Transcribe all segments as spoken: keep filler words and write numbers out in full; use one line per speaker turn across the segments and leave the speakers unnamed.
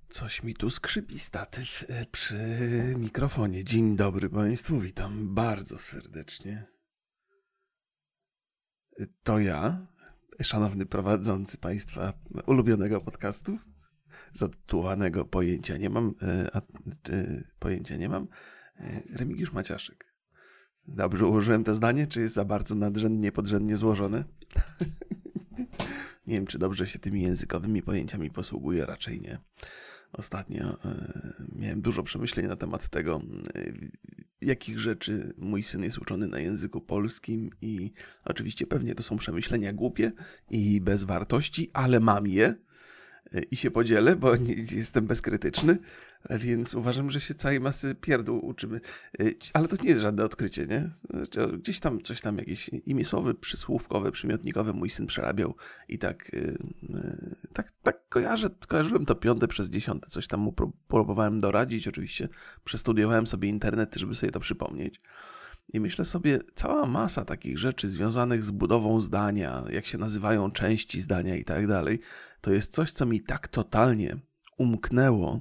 Coś mi tu skrzypi statyw e, przy mikrofonie. Dzień dobry Państwu, witam bardzo serdecznie. E, To ja, szanowny prowadzący Państwa ulubionego podcastu, zatytułowanego Pojęcia nie mam, e, a, e, Pojęcia nie mam, e, Remigiusz Maciaszek. Dobrze ułożyłem to zdanie, czy jest za bardzo nadrzędnie, podrzędnie złożone? Nie wiem, czy dobrze się tymi językowymi pojęciami posługuję, raczej nie. Ostatnio e, miałem dużo przemyśleń na temat tego, e, jakich rzeczy mój syn jest uczony na języku polskim i oczywiście pewnie to są przemyślenia głupie i bez wartości, ale mam je e, i się podzielę, bo nie, jestem bezkrytyczny, więc uważam, że się całej masy pierdół uczymy. E, ale to nie jest żadne odkrycie, nie? Znaczy, gdzieś tam coś tam jakieś imię słowy, przysłówkowe, przymiotnikowe mój syn przerabiał i tak, e, e, tak, tak kojarzę, kojarzyłem to piąte przez dziesiąte, coś tam mu pró- próbowałem doradzić, oczywiście przestudiowałem sobie internet, żeby sobie to przypomnieć. I myślę sobie, cała masa takich rzeczy związanych z budową zdania, jak się nazywają części zdania i tak dalej, to jest coś, co mi tak totalnie umknęło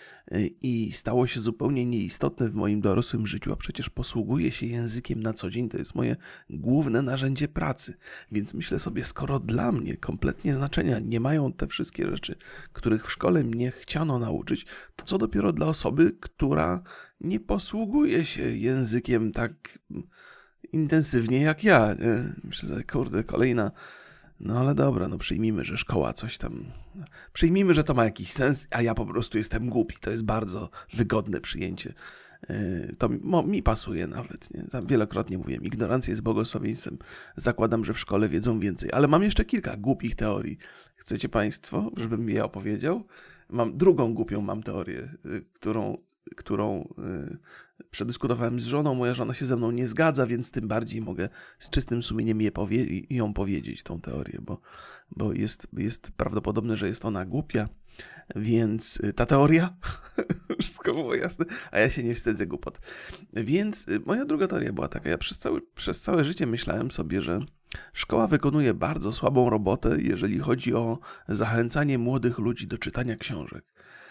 i stało się zupełnie nieistotne w moim dorosłym życiu, a przecież posługuję się językiem na co dzień, to jest moje główne narzędzie pracy. Więc myślę sobie, skoro dla mnie kompletnie znaczenia nie mają te wszystkie rzeczy, których w szkole mnie chciano nauczyć, to co dopiero dla osoby, która nie posługuje się językiem tak intensywnie jak ja. Nie? Myślę sobie, kurde, kolejna... No ale dobra, no przyjmijmy, że szkoła coś tam... Przyjmijmy, że to ma jakiś sens, a ja po prostu jestem głupi. To jest bardzo wygodne przyjęcie. Yy, to mi, mo, mi pasuje nawet. Nie? Wielokrotnie mówiłem, ignorancja jest błogosławieństwem. Zakładam, że w szkole wiedzą więcej. Ale mam jeszcze kilka głupich teorii. Chcecie Państwo, żebym je opowiedział? Mam drugą głupią mam teorię, yy, którą... którą yy, przedyskutowałem z żoną, moja żona się ze mną nie zgadza, więc tym bardziej mogę z czystym sumieniem je powie- ją powiedzieć, tą teorię, bo, bo jest, jest prawdopodobne, że jest ona głupia, więc ta teoria, wszystko było jasne, a ja się nie wstydzę głupot. Więc moja druga teoria była taka, ja przez całe, przez całe życie myślałem sobie, że szkoła wykonuje bardzo słabą robotę, jeżeli chodzi o zachęcanie młodych ludzi do czytania książek.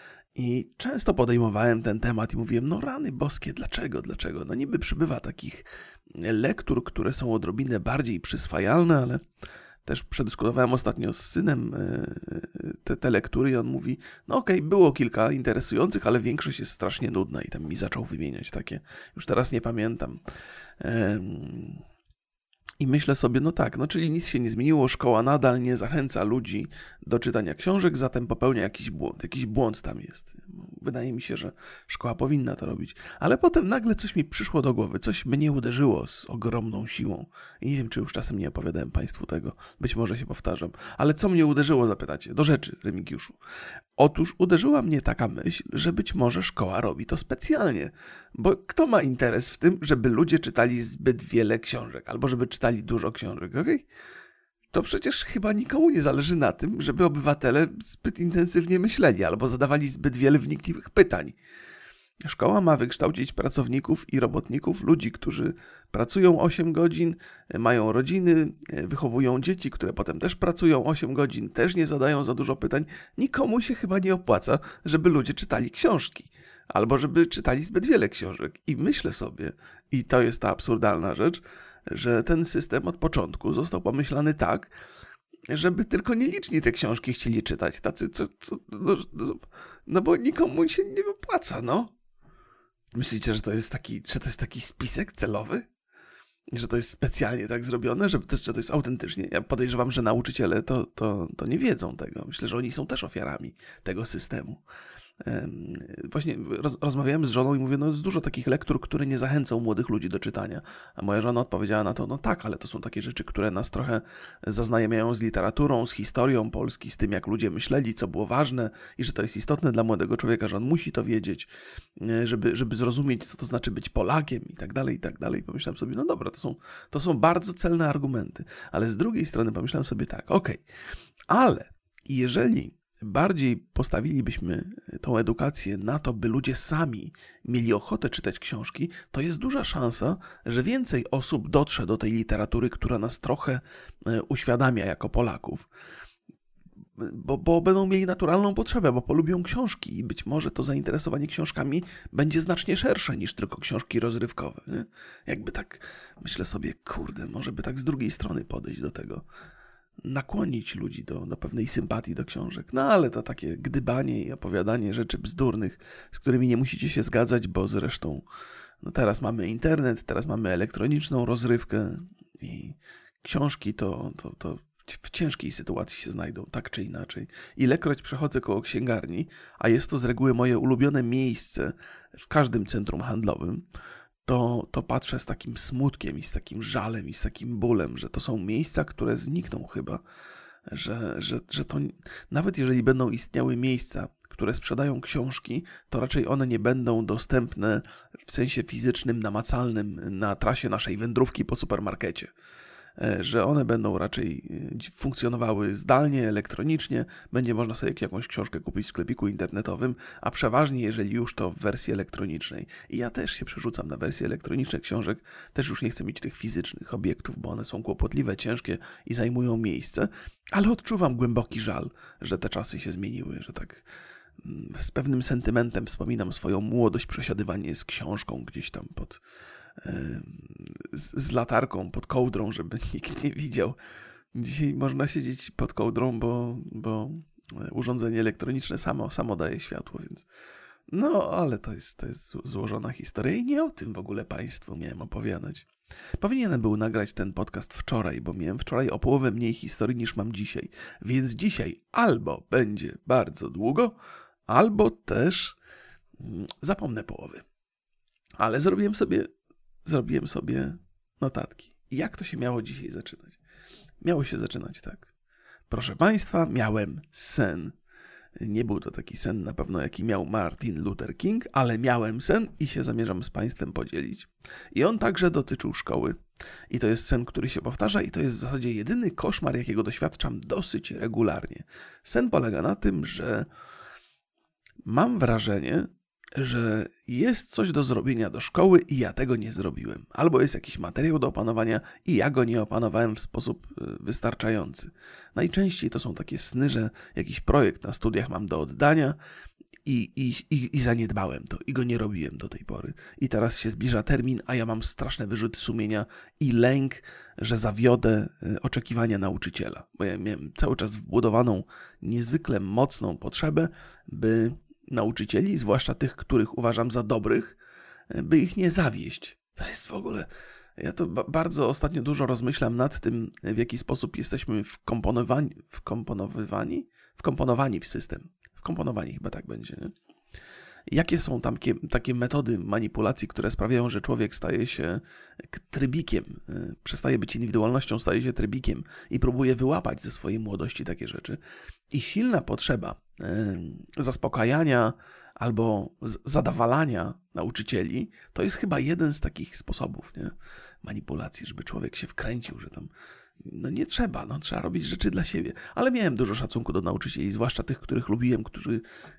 I często podejmowałem ten temat i mówiłem, no rany boskie, dlaczego, dlaczego? No niby przybywa takich lektur, które są odrobinę bardziej przyswajalne, ale też przedyskutowałem ostatnio z synem te, te lektury i on mówi, no okej, okay, było kilka interesujących, ale większość jest strasznie nudna i tam mi zaczął wymieniać takie, już teraz nie pamiętam. I myślę sobie, no tak, no czyli nic się nie zmieniło, szkoła nadal nie zachęca ludzi do czytania książek, zatem popełnia jakiś błąd, jakiś błąd tam jest. Wydaje mi się, że szkoła powinna to robić. Ale potem nagle coś mi przyszło do głowy, coś mnie uderzyło z ogromną siłą. I nie wiem, czy już czasem nie opowiadałem Państwu tego, być może się powtarzam. Ale co mnie uderzyło, zapytacie? Do rzeczy, Remigiuszu. Otóż uderzyła mnie taka myśl, że być może szkoła robi to specjalnie. Bo kto ma interes w tym, żeby ludzie czytali zbyt wiele książek, albo żeby czytali dużo książek, okej? Okay? To przecież chyba nikomu nie zależy na tym, żeby obywatele zbyt intensywnie myśleli, albo zadawali zbyt wiele wnikliwych pytań. Szkoła ma wykształcić pracowników i robotników, ludzi, którzy pracują osiem godzin, mają rodziny, wychowują dzieci, które potem też pracują osiem godzin, też nie zadają za dużo pytań. Nikomu się chyba nie opłaca, żeby ludzie czytali książki, albo żeby czytali zbyt wiele książek. I myślę sobie, i to jest ta absurdalna rzecz, że ten system od początku został pomyślany tak, żeby tylko nieliczni te książki chcieli czytać. Tacy, co, co, no, no, no bo nikomu się nie opłaca, no. Myślicie, że to jest taki, że to jest taki spisek celowy? Że to jest specjalnie tak zrobione? Że to, że to jest autentycznie? Ja podejrzewam, że nauczyciele to, to, to nie wiedzą tego. Myślę, że oni są też ofiarami tego systemu. Właśnie roz, rozmawiałem z żoną i mówię, no jest dużo takich lektur, które nie zachęcą młodych ludzi do czytania. A moja żona odpowiedziała na to, no tak, ale to są takie rzeczy, które nas trochę zaznajamiają z literaturą, z historią Polski, z tym, jak ludzie myśleli, co było ważne i że to jest istotne dla młodego człowieka, że on musi to wiedzieć, żeby, żeby zrozumieć, co to znaczy być Polakiem i tak dalej, i tak dalej. Pomyślałem sobie, no dobra, to są, to są bardzo celne argumenty. Ale z drugiej strony pomyślałem sobie tak, okej, okay, ale jeżeli bardziej postawilibyśmy tą edukację na to, by ludzie sami mieli ochotę czytać książki, to jest duża szansa, że więcej osób dotrze do tej literatury, która nas trochę uświadamia jako Polaków. bo, bo będą mieli naturalną potrzebę, bo polubią książki i być może to zainteresowanie książkami będzie znacznie szersze niż tylko książki rozrywkowe. Nie? Jakby tak, myślę sobie, kurde, może by tak z drugiej strony podejść do tego. Nakłonić ludzi do, do pewnej sympatii do książek. No ale to takie gdybanie i opowiadanie rzeczy bzdurnych, z którymi nie musicie się zgadzać, bo zresztą no teraz mamy internet, teraz mamy elektroniczną rozrywkę i książki to, to, to w ciężkiej sytuacji się znajdą, tak czy inaczej. Ilekroć przechodzę koło księgarni, a jest to z reguły moje ulubione miejsce w każdym centrum handlowym, to, to patrzę z takim smutkiem i z takim żalem i z takim bólem, że to są miejsca, które znikną chyba, że, że, że to nawet jeżeli będą istniały miejsca, które sprzedają książki, to raczej one nie będą dostępne w sensie fizycznym, namacalnym na trasie naszej wędrówki po supermarkecie. Że one będą raczej funkcjonowały zdalnie, elektronicznie, będzie można sobie jakąś książkę kupić w sklepiku internetowym, a przeważnie jeżeli już to w wersji elektronicznej. I ja też się przerzucam na wersje elektroniczne książek, też już nie chcę mieć tych fizycznych obiektów, bo one są kłopotliwe, ciężkie i zajmują miejsce, ale odczuwam głęboki żal, że te czasy się zmieniły, że tak z pewnym sentymentem wspominam swoją młodość, przesiadywanie z książką gdzieś tam pod... Z, z latarką pod kołdrą, żeby nikt nie widział. Dzisiaj można siedzieć pod kołdrą, bo, bo urządzenie elektroniczne samo, samo daje światło, więc no, ale to jest, to jest złożona historia i nie o tym w ogóle Państwu miałem opowiadać. Powinienem był nagrać ten podcast wczoraj, bo miałem wczoraj o połowę mniej historii niż mam dzisiaj, więc dzisiaj albo będzie bardzo długo, albo też zapomnę połowy. Ale zrobiłem sobie Zrobiłem sobie notatki. I jak to się miało dzisiaj zaczynać? Miało się zaczynać tak. Proszę Państwa, miałem sen. Nie był to taki sen na pewno, jaki miał Martin Luther King, ale miałem sen i się zamierzam z Państwem podzielić. I on także dotyczył szkoły. I to jest sen, który się powtarza i to jest w zasadzie jedyny koszmar, jakiego doświadczam dosyć regularnie. Sen polega na tym, że mam wrażenie, że jest coś do zrobienia do szkoły i ja tego nie zrobiłem. Albo jest jakiś materiał do opanowania i ja go nie opanowałem w sposób wystarczający. Najczęściej to są takie sny, że jakiś projekt na studiach mam do oddania i, i, i, i zaniedbałem to i go nie robiłem do tej pory. I teraz się zbliża termin, a ja mam straszne wyrzuty sumienia i lęk, że zawiodę oczekiwania nauczyciela. Bo ja miałem cały czas wbudowaną niezwykle mocną potrzebę, by nauczycieli, zwłaszcza tych, których uważam za dobrych, by ich nie zawieść. To jest w ogóle... Ja to ba- bardzo ostatnio dużo rozmyślam nad tym, w jaki sposób jesteśmy wkomponowani, wkomponowywani, wkomponowani w system. Wkomponowani chyba tak będzie, nie? Jakie są tam takie, takie metody manipulacji, które sprawiają, że człowiek staje się trybikiem, przestaje być indywidualnością, staje się trybikiem i próbuje wyłapać ze swojej młodości takie rzeczy. I silna potrzeba zaspokajania albo zadawalania nauczycieli to jest chyba jeden z takich sposobów, nie? Manipulacji, żeby człowiek się wkręcił, że tam no nie trzeba, no trzeba robić rzeczy dla siebie. Ale miałem dużo szacunku do nauczycieli, zwłaszcza tych, których lubiłem, którzy,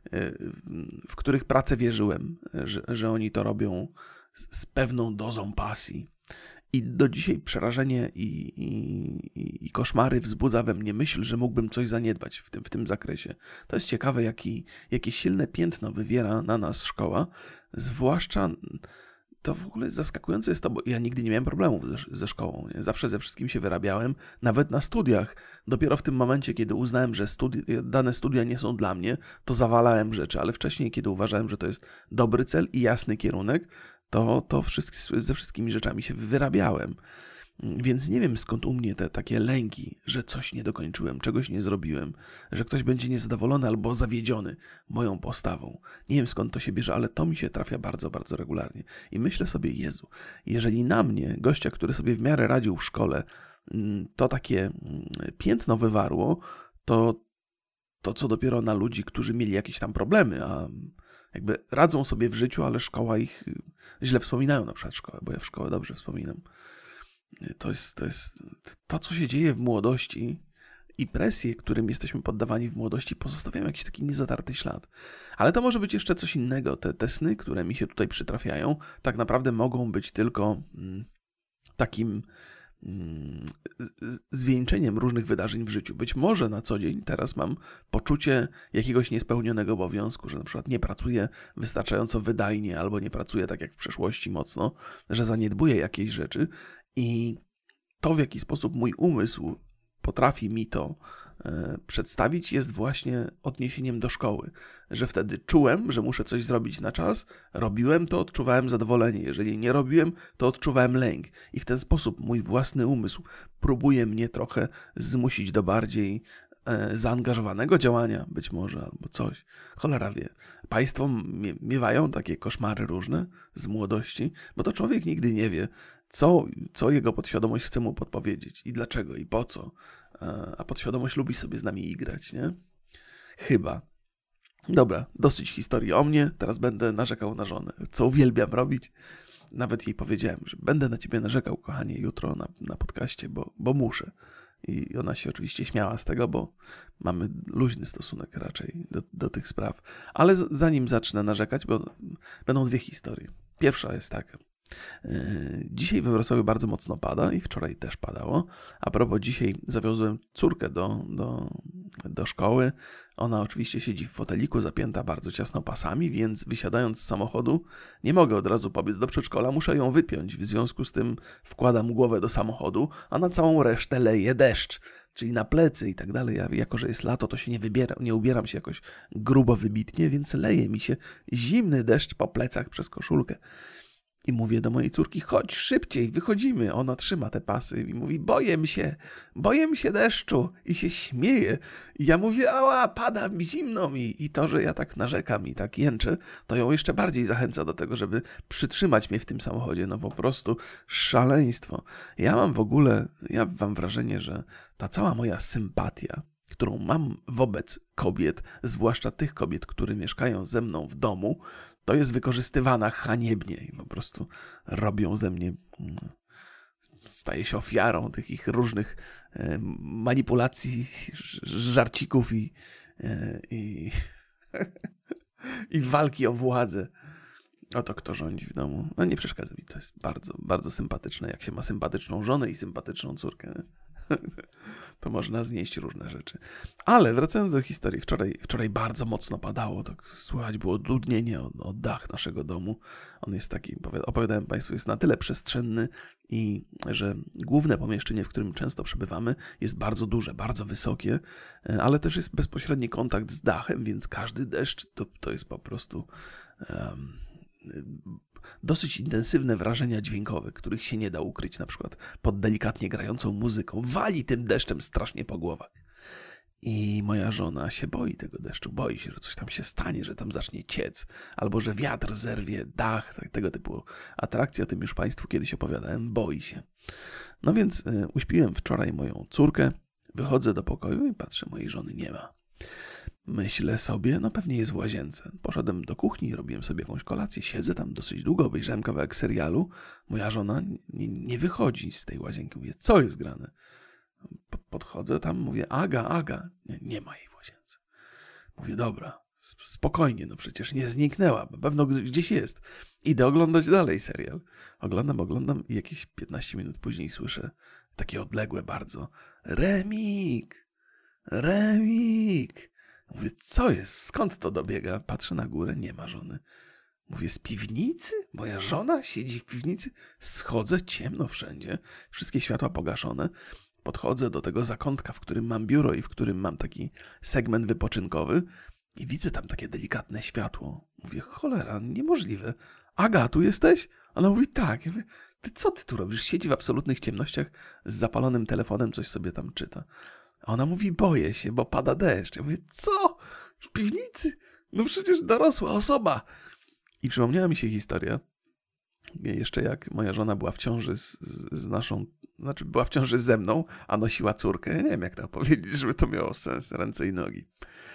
w których pracę wierzyłem, że, że oni to robią z, z pewną dozą pasji. I do dzisiaj przerażenie i, i, i koszmary wzbudza we mnie myśl, że mógłbym coś zaniedbać w tym, w tym zakresie. To jest ciekawe, jaki, jakie silne piętno wywiera na nas szkoła, zwłaszcza... To w ogóle zaskakujące jest to, bo ja nigdy nie miałem problemów ze, ze szkołą. Nie? Zawsze ze wszystkim się wyrabiałem, nawet na studiach. Dopiero w tym momencie, kiedy uznałem, że studi- dane studia nie są dla mnie, to zawalałem rzeczy, ale wcześniej, kiedy uważałem, że to jest dobry cel i jasny kierunek, to, to wszystko, ze wszystkimi rzeczami się wyrabiałem. Więc nie wiem, skąd u mnie te takie lęki, że coś nie dokończyłem, czegoś nie zrobiłem, że ktoś będzie niezadowolony albo zawiedziony moją postawą. Nie wiem, skąd to się bierze, ale to mi się trafia bardzo, bardzo regularnie. I myślę sobie, Jezu, jeżeli na mnie, gościa, który sobie w miarę radził w szkole, to takie piętno wywarło, to, to co dopiero na ludzi, którzy mieli jakieś tam problemy, a jakby radzą sobie w życiu, ale szkoła ich źle wspominają, na przykład szkołę, bo ja w szkołę dobrze wspominam. To jest, to jest to, co się dzieje w młodości i presje, którym jesteśmy poddawani w młodości, pozostawiają jakiś taki niezatarty ślad. Ale to może być jeszcze coś innego. Te, te sny, które mi się tutaj przytrafiają, tak naprawdę mogą być tylko mm, takim zwieńczeniem różnych wydarzeń w życiu. Być może na co dzień teraz mam poczucie jakiegoś niespełnionego obowiązku, że na przykład nie pracuję wystarczająco wydajnie albo nie pracuję tak jak w przeszłości mocno, że zaniedbuję jakieś rzeczy i to, w jaki sposób mój umysł potrafi mi to e, przedstawić, jest właśnie odniesieniem do szkoły. Że wtedy czułem, że muszę coś zrobić na czas, robiłem to, odczuwałem zadowolenie. Jeżeli nie robiłem, to odczuwałem lęk. I w ten sposób mój własny umysł próbuje mnie trochę zmusić do bardziej e, zaangażowanego działania, być może, albo coś. Cholera wie. Państwo mie- miewają takie koszmary różne z młodości, bo to człowiek nigdy nie wie, Co, co jego podświadomość chce mu podpowiedzieć i dlaczego i po co. A podświadomość lubi sobie z nami igrać, nie? Chyba. Dobra, dosyć historii o mnie, teraz będę narzekał na żonę, co uwielbiam robić. Nawet jej powiedziałem, że będę na ciebie narzekał, kochanie, jutro na, na podcaście, bo, bo muszę. I ona się oczywiście śmiała z tego, bo mamy luźny stosunek raczej do, do tych spraw. Ale z, zanim zacznę narzekać, bo będą dwie historie. Pierwsza jest taka. Dzisiaj we Wrocławiu bardzo mocno pada i wczoraj też padało. A propos, dzisiaj zawiozłem córkę do, do, do szkoły. Ona oczywiście siedzi w foteliku, zapięta bardzo ciasno pasami, więc wysiadając z samochodu nie mogę od razu pobiec do przedszkola, muszę ją wypiąć. W związku z tym wkładam głowę do samochodu, a na całą resztę leje deszcz, czyli na plecy i tak dalej. Ja, jako że jest lato, to się nie, wybieram, nie ubieram się jakoś grubo wybitnie, więc leje mi się zimny deszcz po plecach przez koszulkę. I mówię do mojej córki, chodź szybciej, wychodzimy. Ona trzyma te pasy i mówi, boję się, boję się deszczu. I się śmieje. I ja mówię, ała, pada mi, zimno mi. I to, że ja tak narzekam i tak jęczę, to ją jeszcze bardziej zachęca do tego, żeby przytrzymać mnie w tym samochodzie. No po prostu szaleństwo. Ja mam w ogóle, ja mam wrażenie, że ta cała moja sympatia, którą mam wobec kobiet, zwłaszcza tych kobiet, które mieszkają ze mną w domu, to jest wykorzystywana haniebnie i po prostu robią ze mnie, staję się ofiarą tych ich różnych manipulacji, żarcików i, i, i walki o władzę. Oto kto rządzi w domu. No nie przeszkadza mi, to jest bardzo, bardzo sympatyczne, jak się ma sympatyczną żonę i sympatyczną córkę. To można znieść różne rzeczy. Ale wracając do historii, wczoraj, wczoraj bardzo mocno padało, tak słychać było dudnienie o, o dach naszego domu. On jest taki, opowiadałem Państwu, jest na tyle przestrzenny i że główne pomieszczenie, w którym często przebywamy, jest bardzo duże, bardzo wysokie, ale też jest bezpośredni kontakt z dachem, więc każdy deszcz to, to jest po prostu um, dosyć intensywne wrażenia dźwiękowe, których się nie da ukryć, na przykład pod delikatnie grającą muzyką. Wali tym deszczem strasznie po głowach. I moja żona się boi tego deszczu, boi się, że coś tam się stanie, że tam zacznie ciec, albo że wiatr zerwie dach, tak, tego typu atrakcje, o tym już Państwu kiedyś opowiadałem, boi się. No więc y, uśpiłem wczoraj moją córkę, wychodzę do pokoju i patrzę, mojej żony nie ma. Myślę sobie, no pewnie jest w łazience. Poszedłem do kuchni, robiłem sobie jakąś kolację, siedzę tam dosyć długo, obejrzałem kawałek serialu. Moja żona nie, nie wychodzi z tej łazienki. Mówię, co jest grane? Podchodzę tam, mówię, Aga, Aga. Nie, nie ma jej w łazience. Mówię, dobra, spokojnie, no przecież nie zniknęła, bo pewno gdzieś jest. Idę oglądać dalej serial. Oglądam, oglądam i jakieś piętnaście minut później słyszę takie odległe bardzo Remik, Remik. Mówię, co jest? Skąd to dobiega? Patrzę na górę, nie ma żony. Mówię, z piwnicy? Moja żona siedzi w piwnicy? Schodzę, ciemno wszędzie, wszystkie światła pogaszone. Podchodzę do tego zakątka, w którym mam biuro i w którym mam taki segment wypoczynkowy i widzę tam takie delikatne światło. Mówię, cholera, niemożliwe. Aga, tu jesteś? Ona mówi, tak. Ja mówię, ty co ty tu robisz? Siedzi w absolutnych ciemnościach z zapalonym telefonem, coś sobie tam czyta. A ona mówi, boję się, bo pada deszcz. Ja mówię, co? W piwnicy? No przecież dorosła osoba. I przypomniała mi się historia, jeszcze jak moja żona była w ciąży z, z naszą, znaczy była w ciąży ze mną, a nosiła córkę. Ja nie wiem, jak to powiedzieć, żeby to miało sens, ręce i nogi.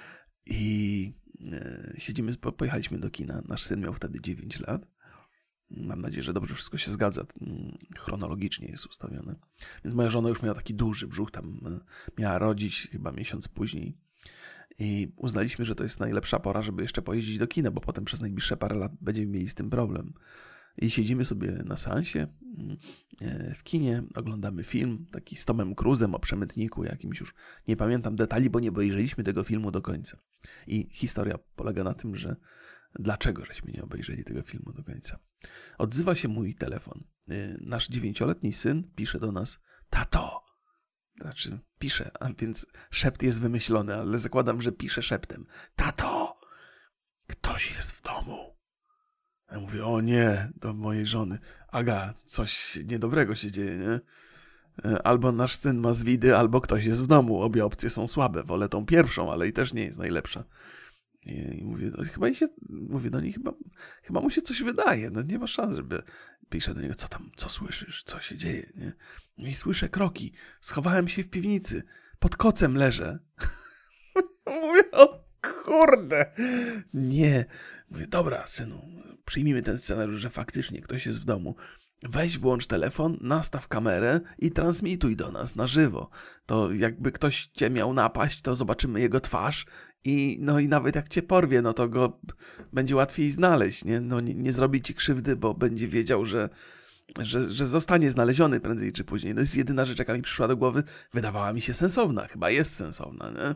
I e, siedzimy, pojechaliśmy do kina. Nasz syn miał wtedy dziewięć lat. Mam nadzieję, że dobrze wszystko się zgadza. Chronologicznie jest ustawione. Więc moja żona już miała taki duży brzuch, tam miała rodzić chyba miesiąc później. I uznaliśmy, że to jest najlepsza pora, żeby jeszcze pojeździć do kina, bo potem przez najbliższe parę lat będziemy mieli z tym problem. i siedzimy sobie na seansie w kinie, oglądamy film taki z Tomem Cruzem o przemytniku jakimś, już nie pamiętam detali, bo nie obejrzeliśmy tego filmu do końca. I historia polega na tym, że dlaczego żeśmy nie obejrzeli tego filmu do końca. Odzywa się mój telefon. Nasz dziewięcioletni syn pisze do nas: tato! Znaczy, pisze, a więc szept jest wymyślony, ale zakładam, że pisze szeptem: tato! Ktoś jest w domu. Ja mówię: o nie, do mojej żony. Aga, coś niedobrego się dzieje, nie? Albo nasz syn ma zwidy, albo ktoś jest w domu. Obie opcje są słabe. Wolę tą pierwszą, ale i też nie jest najlepsza. I, i mówię, no, chyba się, mówię do niej, chyba, chyba mu się coś wydaje. No nie ma szans, żeby... Piszę do niego: co tam, co słyszysz, co się dzieje, nie? No i słyszę kroki. Schowałem się w piwnicy. Pod kocem leżę. Mówię: o kurde. Nie. Mówię: dobra, synu, przyjmijmy ten scenariusz, że faktycznie ktoś jest w domu. Weź, włącz telefon, nastaw kamerę i transmituj do nas na żywo. To jakby ktoś cię miał napaść, to zobaczymy jego twarz i no i nawet jak cię porwie, no to go będzie łatwiej znaleźć, nie? No nie, nie zrobi ci krzywdy, bo będzie wiedział, że, że, że zostanie znaleziony prędzej czy później. To jest jedyna rzecz, jaka mi przyszła do głowy. Wydawała mi się sensowna, chyba jest sensowna, nie?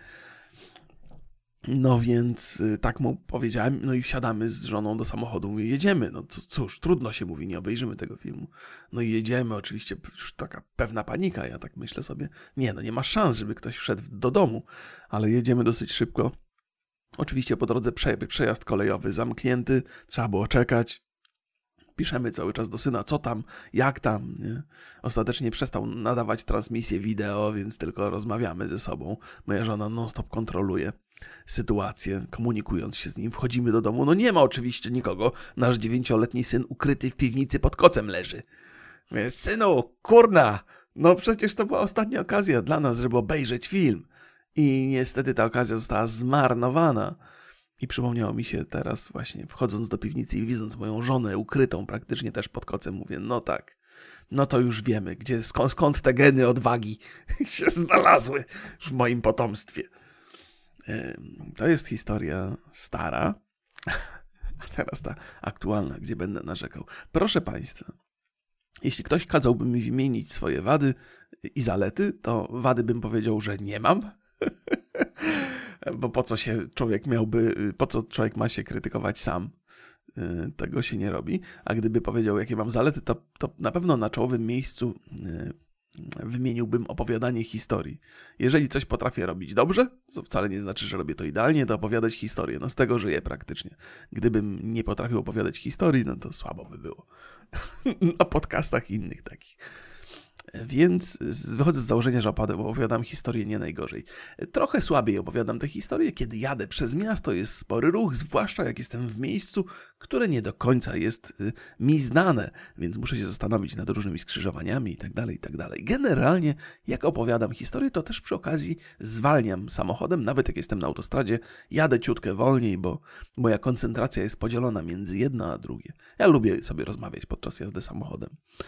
No więc tak mu powiedziałem, no i wsiadamy z żoną do samochodu, mówię: jedziemy, no cóż, trudno się mówi, nie obejrzymy tego filmu. No i jedziemy, oczywiście już taka pewna panika, ja tak myślę sobie, nie, no nie ma szans, żeby ktoś wszedł do domu, ale jedziemy dosyć szybko. Oczywiście po drodze prze, przejazd kolejowy zamknięty, trzeba było czekać. Piszemy cały czas do syna: co tam, jak tam, nie? Ostatecznie przestał nadawać transmisję wideo, więc tylko rozmawiamy ze sobą. Moja żona non-stop kontroluje sytuację, komunikując się z nim. Wchodzimy do domu, no nie ma oczywiście nikogo. Nasz dziewięcioletni syn ukryty w piwnicy pod kocem leży. Mówię: synu, kurna, no przecież to była ostatnia okazja dla nas, żeby obejrzeć film. I niestety ta okazja została zmarnowana. I przypomniało mi się teraz właśnie, wchodząc do piwnicy i widząc moją żonę ukrytą praktycznie też pod kocem, mówię: no tak, no to już wiemy, gdzie, skąd, skąd te geny odwagi się znalazły w moim potomstwie. To jest historia stara, a teraz ta aktualna, gdzie będę narzekał. Proszę Państwa, jeśli ktoś kazałby mi wymienić swoje wady i zalety, to wady bym powiedział, że nie mam. Bo po co się człowiek miałby, po co człowiek ma się krytykować sam? Tego się nie robi. A gdyby powiedział, jakie mam zalety, to, to na pewno na czołowym miejscu wymieniłbym opowiadanie historii. Jeżeli coś potrafię robić dobrze, co wcale nie znaczy, że robię to idealnie, to opowiadać historię. No z tego żyję praktycznie. Gdybym nie potrafił opowiadać historii, no to słabo by było. Na podcastach innych takich. Więc wychodzę z założenia, że opowiadam historię nie najgorzej. Trochę słabiej opowiadam tę historię, kiedy jadę przez miasto, jest spory ruch, zwłaszcza jak jestem w miejscu, które nie do końca jest mi znane, więc muszę się zastanowić nad różnymi skrzyżowaniami i tak dalej, i tak dalej. Generalnie, jak opowiadam historię, to też przy okazji zwalniam samochodem, nawet jak jestem na autostradzie, jadę ciutkę wolniej, bo moja koncentracja jest podzielona między jedno a drugie. Ja lubię sobie rozmawiać podczas jazdy samochodem.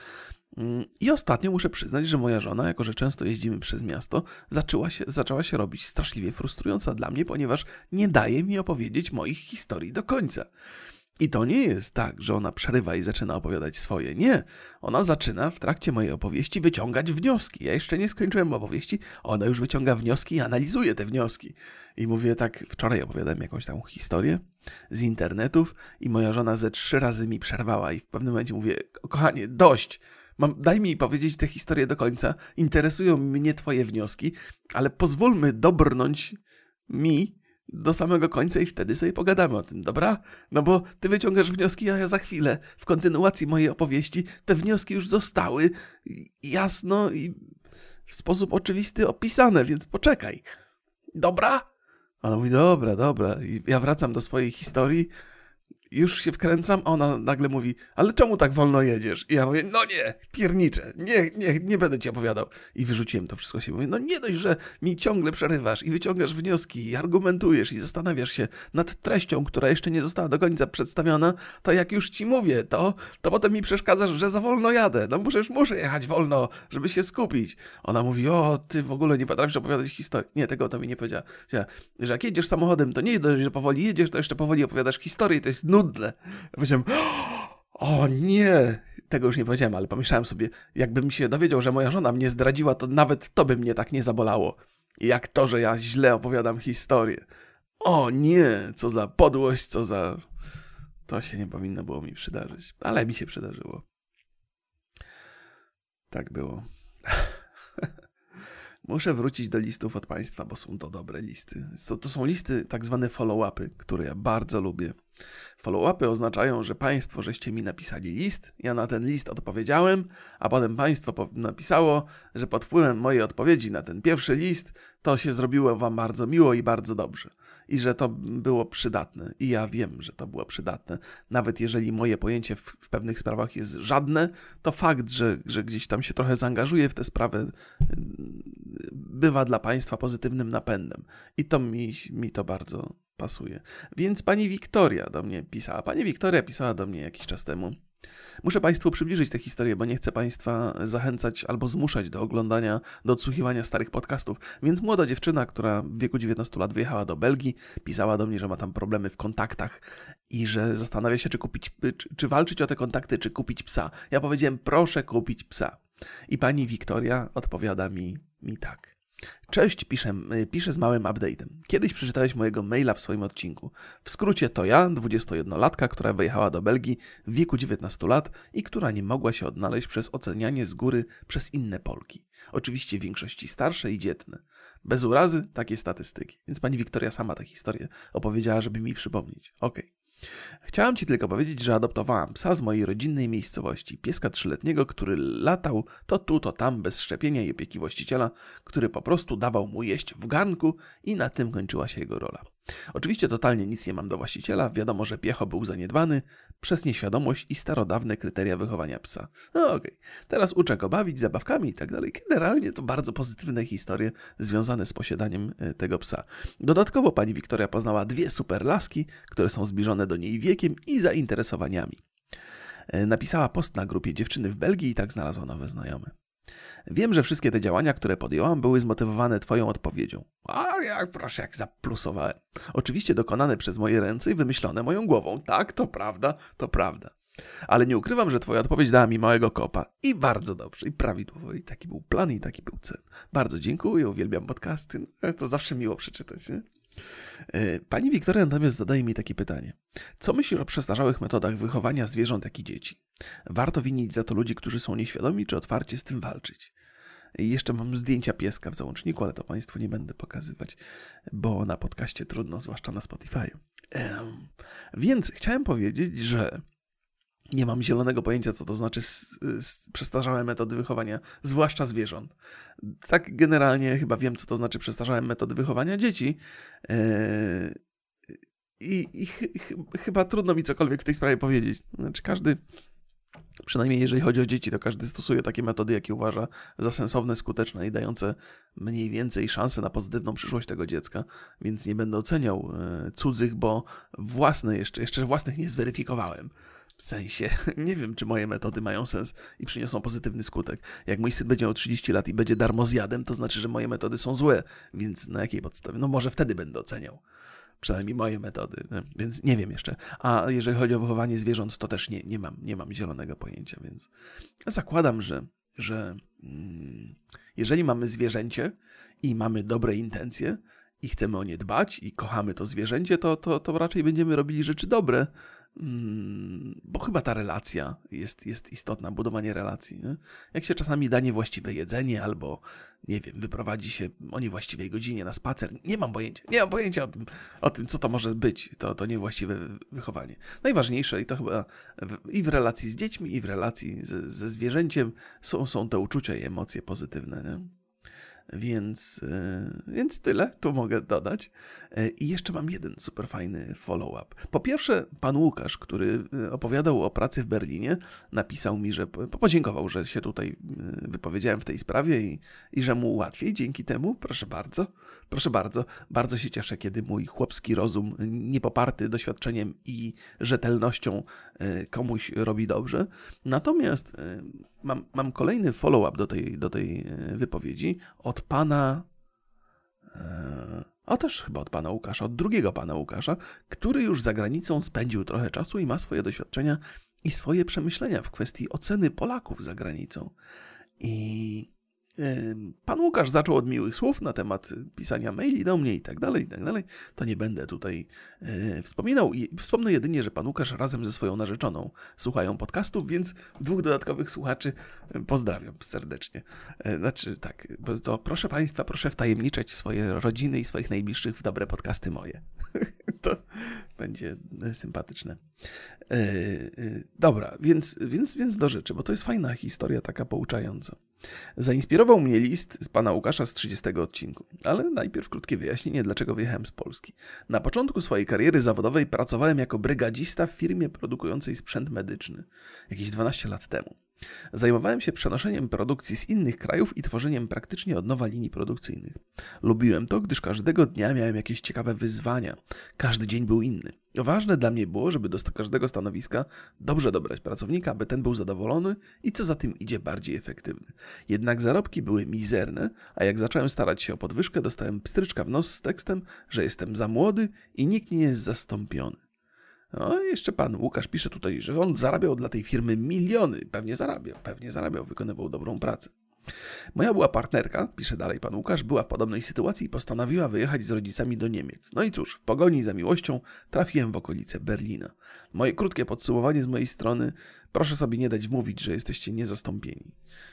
I ostatnio muszę przyznać, że moja żona, jako że często jeździmy przez miasto, zaczęła się, zaczęła się robić straszliwie frustrująca dla mnie, ponieważ nie daje mi opowiedzieć moich historii do końca. I to nie jest tak, że ona przerywa i zaczyna opowiadać swoje. Nie, ona zaczyna w trakcie mojej opowieści wyciągać wnioski. Ja jeszcze nie skończyłem opowieści, ona już wyciąga wnioski i analizuje te wnioski. I mówię tak, wczoraj opowiadałem jakąś tam historię z internetów i moja żona ze trzy razy mi przerwała i w pewnym momencie mówię: kochanie, dość. Mam, daj mi powiedzieć tę historię do końca, interesują mnie twoje wnioski, ale pozwólmy dobrnąć mi do samego końca i wtedy sobie pogadamy o tym, dobra? No bo ty wyciągasz wnioski, a ja za chwilę w kontynuacji mojej opowieści te wnioski już zostały jasno i w sposób oczywisty opisane, więc poczekaj. Dobra? Ona mówi: dobra, dobra. I ja wracam do swojej historii, już się wkręcam, a ona nagle mówi: ale czemu tak wolno jedziesz? I ja mówię: no nie, pierniczę, nie, nie, nie będę ci opowiadał. I wyrzuciłem to wszystko się. Mówię: no nie dość, że mi ciągle przerywasz i wyciągasz wnioski i argumentujesz i zastanawiasz się nad treścią, która jeszcze nie została do końca przedstawiona, to jak już ci mówię to, to potem mi przeszkadzasz, że za wolno jadę. No przecież muszę jechać wolno, żeby się skupić. Ona mówi: o, ty w ogóle nie potrafisz opowiadać historii. Nie, tego to mi nie powiedziała. Powiedziała, że jak jedziesz samochodem, to nie dość, że powoli jedziesz, to jeszcze powoli opowiadasz historię, to jest nudne. Ja powiedziałem: O nie! Tego już nie powiedziałem, ale pomyślałem sobie, jakbym się dowiedział, że moja żona mnie zdradziła, to nawet to by mnie tak nie zabolało. Jak to, że ja źle opowiadam historię. O nie! Co za podłość, co za... To się nie powinno było mi przydarzyć, ale mi się przydarzyło. Tak było. Muszę wrócić do listów od Państwa, bo są to dobre listy. To, to są listy tak zwane follow-upy, które ja bardzo lubię. Follow-upy oznaczają, że Państwo żeście mi napisali list, ja na ten list odpowiedziałem, a potem Państwo napisało, że pod wpływem mojej odpowiedzi na ten pierwszy list to się zrobiło Wam bardzo miło i bardzo dobrze. I że to było przydatne. I ja wiem, że to było przydatne. Nawet jeżeli moje pojęcie w, w pewnych sprawach jest żadne, to fakt, że, że gdzieś tam się trochę zaangażuję w tę sprawę, bywa dla Państwa pozytywnym napędem. I to mi, mi to bardzo pasuje. Więc pani Wiktoria do mnie pisała. Pani Wiktoria pisała do mnie jakiś czas temu. Muszę Państwu przybliżyć tę historię, bo nie chcę Państwa zachęcać albo zmuszać do oglądania, do odsłuchiwania starych podcastów. Więc młoda dziewczyna, która w wieku dziewiętnastu lat wyjechała do Belgii, pisała do mnie, że ma tam problemy w kontaktach i że zastanawia się, czy kupić, czy, czy walczyć o te kontakty, czy kupić psa. Ja powiedziałem, proszę kupić psa. I pani Wiktoria odpowiada mi, mi tak. Cześć, piszę, piszę z małym update'em. Kiedyś przeczytałeś mojego maila w swoim odcinku. W skrócie to ja, dwudziestojednolatka, która wyjechała do Belgii w wieku dziewiętnastu lat i która nie mogła się odnaleźć przez ocenianie z góry przez inne Polki. Oczywiście w większości starsze i dzietne. Bez urazy, takie statystyki. Więc pani Wiktoria sama tę historię opowiedziała, żeby mi przypomnieć. Okej. Okay. Chciałam Ci tylko powiedzieć, że adoptowałam psa z mojej rodzinnej miejscowości, pieska trzyletniego, który latał to tu, to tam bez szczepienia i opieki właściciela, który po prostu dawał mu jeść w garnku i na tym kończyła się jego rola. Oczywiście totalnie nic nie mam do właściciela, wiadomo, że Piecho był zaniedbany przez nieświadomość i starodawne kryteria wychowania psa. No okej, okay. Teraz uczę go bawić zabawkami i tak dalej. Generalnie to bardzo pozytywne historie związane z posiadaniem tego psa. Dodatkowo pani Wiktoria poznała dwie super laski, które są zbliżone do niej wiekiem i zainteresowaniami. Napisała post na grupie Dziewczyny w Belgii i tak znalazła nowe znajome. Wiem, że wszystkie te działania, które podjęłam, były zmotywowane Twoją odpowiedzią. A jak proszę, jak zaplusowałem. Oczywiście dokonane przez moje ręce i wymyślone moją głową. Tak, to prawda, to prawda. Ale nie ukrywam, że Twoja odpowiedź dała mi małego kopa. I bardzo dobrze, i prawidłowo. I taki był plan, i taki był cel. Bardzo dziękuję, uwielbiam podcasty. To zawsze miło przeczytać, nie? Pani Wiktoria natomiast zadaje mi takie pytanie. Co myślisz o przestarzałych metodach wychowania zwierząt, jak i dzieci? Warto winić za to ludzi, którzy są nieświadomi, czy otwarcie z tym walczyć? I jeszcze mam zdjęcia pieska w załączniku, ale to Państwu nie będę pokazywać, bo na podcaście trudno, zwłaszcza na Spotify. Um, więc chciałem powiedzieć, że nie mam zielonego pojęcia, co to znaczy s- s- przestarzałe metody wychowania, zwłaszcza zwierząt. Tak generalnie chyba wiem, co to znaczy przestarzałe metody wychowania dzieci. Eee, I, i ch- ch- chyba trudno mi cokolwiek w tej sprawie powiedzieć. Znaczy każdy, przynajmniej jeżeli chodzi o dzieci, to każdy stosuje takie metody, jakie uważa za sensowne, skuteczne i dające mniej więcej szansę na pozytywną przyszłość tego dziecka, więc nie będę oceniał e, cudzych, bo własne jeszcze, jeszcze własnych nie zweryfikowałem. W sensie, nie wiem, czy moje metody mają sens i przyniosą pozytywny skutek. Jak mój syn będzie miał trzydzieści lat i będzie darmozjadem, to znaczy, że moje metody są złe. Więc na jakiej podstawie? No może wtedy będę oceniał. Przynajmniej moje metody. Więc nie wiem jeszcze. A jeżeli chodzi o wychowanie zwierząt, to też nie, nie, mam, nie mam zielonego pojęcia, więc zakładam, że, że mm, jeżeli mamy zwierzęcie i mamy dobre intencje i chcemy o nie dbać i kochamy to zwierzęcie, to, to, to raczej będziemy robili rzeczy dobre, bo chyba ta relacja jest, jest istotna, budowanie relacji. Nie? Jak się czasami da niewłaściwe jedzenie albo, nie wiem, wyprowadzi się o niewłaściwej godzinie na spacer, nie mam pojęcia, nie mam pojęcia o tym, o tym co to może być, to, to niewłaściwe wychowanie. Najważniejsze i to chyba w, i w relacji z dziećmi, i w relacji z, ze zwierzęciem są, są te uczucia i emocje pozytywne, nie? Więc, więc tyle, tu mogę dodać. I jeszcze mam jeden super fajny follow-up. Po pierwsze, pan Łukasz, który opowiadał o pracy w Berlinie, napisał mi, że podziękował, że się tutaj wypowiedziałem w tej sprawie i, i że mu łatwiej dzięki temu. Proszę bardzo, proszę bardzo. Bardzo się cieszę, kiedy mój chłopski rozum, niepoparty doświadczeniem i rzetelnością, komuś robi dobrze. Natomiast Mam, mam kolejny follow-up do tej, do tej wypowiedzi od pana, e, a też chyba od pana Łukasza, od drugiego pana Łukasza, który już za granicą spędził trochę czasu i ma swoje doświadczenia i swoje przemyślenia w kwestii oceny Polaków za granicą. I pan Łukasz zaczął od miłych słów na temat pisania maili do mnie i tak dalej, i tak dalej. To nie będę tutaj e, wspominał. I wspomnę jedynie, że pan Łukasz razem ze swoją narzeczoną słuchają podcastów, więc dwóch dodatkowych słuchaczy pozdrawiam serdecznie. E, znaczy tak, bo to proszę państwa, proszę wtajemniczać swoje rodziny i swoich najbliższych w dobre podcasty moje. To będzie sympatyczne. E, e, dobra, więc, więc, więc do rzeczy, bo to jest fajna historia, taka pouczająca. Zainspirował mnie list z pana Łukasza z trzydziestego odcinku, ale najpierw krótkie wyjaśnienie, dlaczego wyjechałem z Polski. Na początku swojej kariery zawodowej pracowałem jako brygadzista w firmie produkującej sprzęt medyczny, jakieś dwanaście lat temu. Zajmowałem się przenoszeniem produkcji z innych krajów i tworzeniem praktycznie od nowa linii produkcyjnych. Lubiłem to, gdyż każdego dnia miałem jakieś ciekawe wyzwania. Każdy dzień był inny. Ważne dla mnie było, żeby do każdego stanowiska dobrze dobrać pracownika, aby ten był zadowolony i co za tym idzie bardziej efektywny. Jednak zarobki były mizerne, a jak zacząłem starać się o podwyżkę, dostałem pstryczka w nos z tekstem, że jestem za młody i nikt nie jest zastąpiony. No i jeszcze pan Łukasz pisze tutaj, że on zarabiał dla tej firmy miliony. Pewnie zarabiał, pewnie zarabiał, wykonywał dobrą pracę. Moja była partnerka, pisze dalej pan Łukasz, była w podobnej sytuacji i postanowiła wyjechać z rodzicami do Niemiec. No i cóż, w pogoni za miłością trafiłem w okolice Berlina. Moje krótkie podsumowanie z mojej strony, proszę sobie nie dać wmówić, że jesteście niezastąpieni.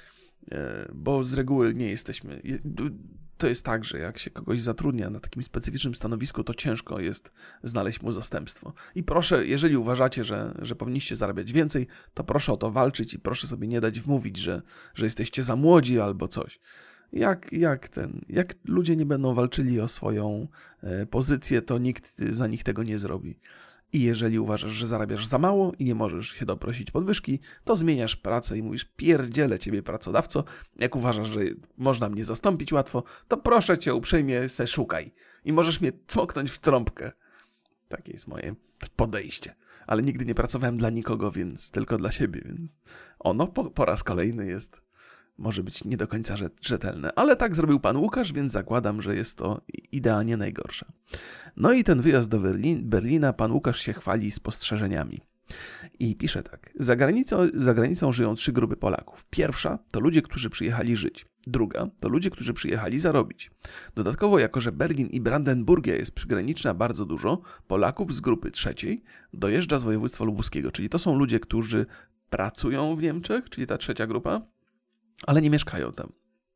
Bo z reguły nie jesteśmy. To jest tak, że jak się kogoś zatrudnia na takim specyficznym stanowisku, to ciężko jest znaleźć mu zastępstwo. I proszę, jeżeli uważacie, że, że powinniście zarabiać więcej, to proszę o to walczyć i proszę sobie nie dać wmówić, że, że jesteście za młodzi albo coś. Jak, jak, ten, jak ludzie nie będą walczyli o swoją e, pozycję, to nikt za nich tego nie zrobi. I jeżeli uważasz, że zarabiasz za mało i nie możesz się doprosić podwyżki, to zmieniasz pracę i mówisz, pierdzielę ciebie pracodawco. Jak uważasz, że można mnie zastąpić łatwo, to proszę cię uprzejmie se szukaj. I możesz mnie cmoknąć w trąbkę. Takie jest moje podejście. Ale nigdy nie pracowałem dla nikogo, więc tylko dla siebie, więc ono po, po raz kolejny jest, może być nie do końca rzetelne. Ale tak zrobił pan Łukasz, więc zakładam, że jest to idea nie najgorsza. No i ten wyjazd do Berlin, Berlina, pan Łukasz się chwali spostrzeżeniami. I pisze tak. Za granicą, za granicą żyją trzy grupy Polaków. Pierwsza to ludzie, którzy przyjechali żyć. Druga to ludzie, którzy przyjechali zarobić. Dodatkowo, jako że Berlin i Brandenburgia jest przygraniczna bardzo dużo, Polaków z grupy trzeciej dojeżdża z województwa lubuskiego. Czyli to są ludzie, którzy pracują w Niemczech, czyli ta trzecia grupa, ale nie mieszkają tam.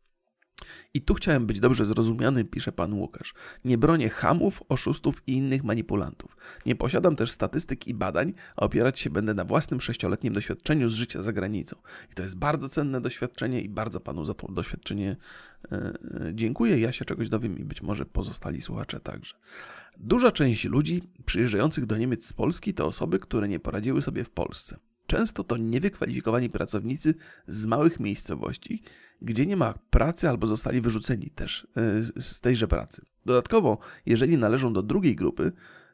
I tu chciałem być dobrze zrozumiany, pisze pan Łukasz. Nie bronię chamów, oszustów i innych manipulantów. Nie posiadam też statystyk i badań, a opierać się będę na własnym sześcioletnim doświadczeniu z życia za granicą. I to jest bardzo cenne doświadczenie i bardzo panu za to doświadczenie e, dziękuję. Ja się czegoś dowiem i być może pozostali słuchacze także. Duża część ludzi przyjeżdżających do Niemiec z Polski to osoby, które nie poradziły sobie w Polsce. Często to niewykwalifikowani pracownicy z małych miejscowości, gdzie nie ma pracy albo zostali wyrzuceni też z tejże pracy. Dodatkowo, jeżeli należą do drugiej grupy,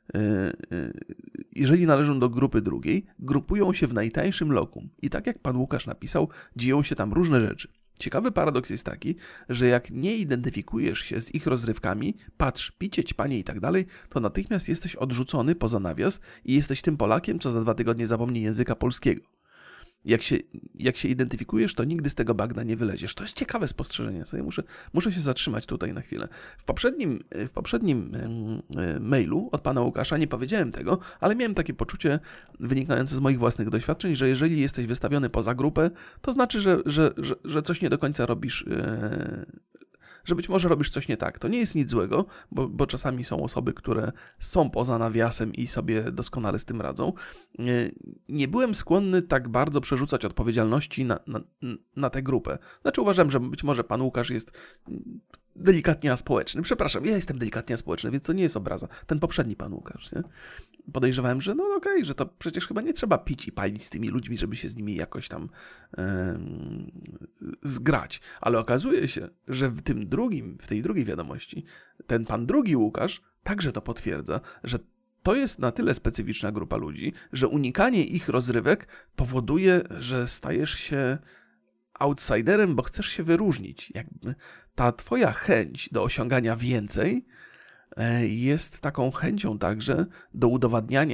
jeżeli należą do grupy drugiej, grupują się w najtańszym lokum. I tak jak pan Łukasz napisał, dzieją się tam różne rzeczy. Ciekawy paradoks jest taki, że jak nie identyfikujesz się z ich rozrywkami, patrz, picie, ćpanie i tak dalej, to natychmiast jesteś odrzucony poza nawias i jesteś tym Polakiem, co za dwa tygodnie zapomni języka polskiego. Jak się, jak się identyfikujesz, to nigdy z tego bagna nie wyleziesz. To jest ciekawe spostrzeżenie. Sobie muszę, muszę się zatrzymać tutaj na chwilę. W poprzednim, w poprzednim mailu od pana Łukasza nie powiedziałem tego, ale miałem takie poczucie wynikające z moich własnych doświadczeń, że jeżeli jesteś wystawiony poza grupę, to znaczy, że, że, że, że coś nie do końca robisz, że być może robisz coś nie tak. To nie jest nic złego, bo, bo czasami są osoby, które są poza nawiasem i sobie doskonale z tym radzą. Nie byłem skłonny tak bardzo przerzucać odpowiedzialności na, na, na tę grupę. Znaczy uważam, że być może pan Łukasz jest delikatnie aspołeczny. Przepraszam, ja jestem delikatnie aspołeczny, więc to nie jest obraza. Ten poprzedni pan Łukasz, nie? Podejrzewałem, że no okej, okay, że to przecież chyba nie trzeba pić i palić z tymi ludźmi, żeby się z nimi jakoś tam e, zgrać. Ale okazuje się, że w tym drugim, w tej drugiej wiadomości, ten pan drugi Łukasz także to potwierdza, że to jest na tyle specyficzna grupa ludzi, że unikanie ich rozrywek powoduje, że stajesz się outsiderem, bo chcesz się wyróżnić. Jakby ta twoja chęć do osiągania więcej jest taką chęcią także do udowadniania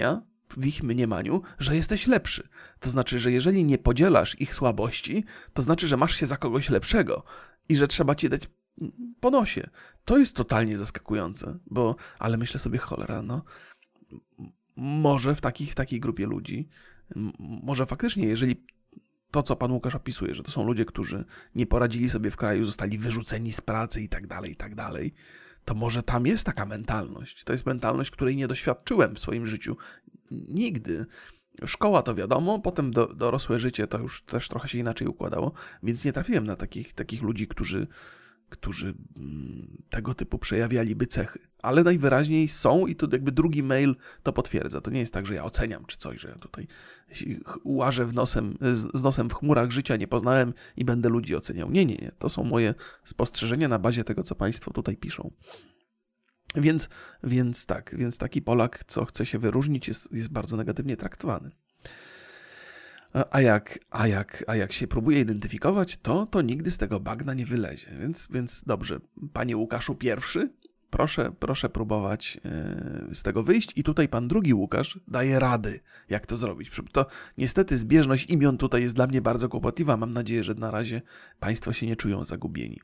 w ich mniemaniu, że jesteś lepszy. To znaczy, że jeżeli nie podzielasz ich słabości, to znaczy, że masz się za kogoś lepszego i że trzeba ci dać po nosie. To jest totalnie zaskakujące, bo, ale myślę sobie, cholera, no, może w, takich, w takiej grupie ludzi, może faktycznie, jeżeli to, co pan Łukasz opisuje, że to są ludzie, którzy nie poradzili sobie w kraju, zostali wyrzuceni z pracy i tak dalej, i tak dalej, to może tam jest taka mentalność. To jest mentalność, której nie doświadczyłem w swoim życiu nigdy. Szkoła to wiadomo, potem do, dorosłe życie to już też trochę się inaczej układało, więc nie trafiłem na takich, takich ludzi, którzy, którzy tego typu przejawialiby cechy. Ale najwyraźniej są i tu jakby drugi mail to potwierdza. To nie jest tak, że ja oceniam czy coś, że ja tutaj łażę w nosem, z nosem w chmurach życia, nie poznałem i będę ludzi oceniał. Nie, nie, nie. To są moje spostrzeżenia na bazie tego, co państwo tutaj piszą. Więc, więc tak, więc taki Polak, co chce się wyróżnić, jest, jest bardzo negatywnie traktowany. A jak, a, jak, a jak się próbuje identyfikować, to, to nigdy z tego bagna nie wylezie. Więc, więc dobrze, panie Łukaszu pierwszy, proszę, proszę próbować yy, z tego wyjść. I tutaj pan drugi Łukasz daje rady, jak to zrobić. To niestety zbieżność imion tutaj jest dla mnie bardzo kłopotliwa. Mam nadzieję, że na razie państwo się nie czują zagubieni.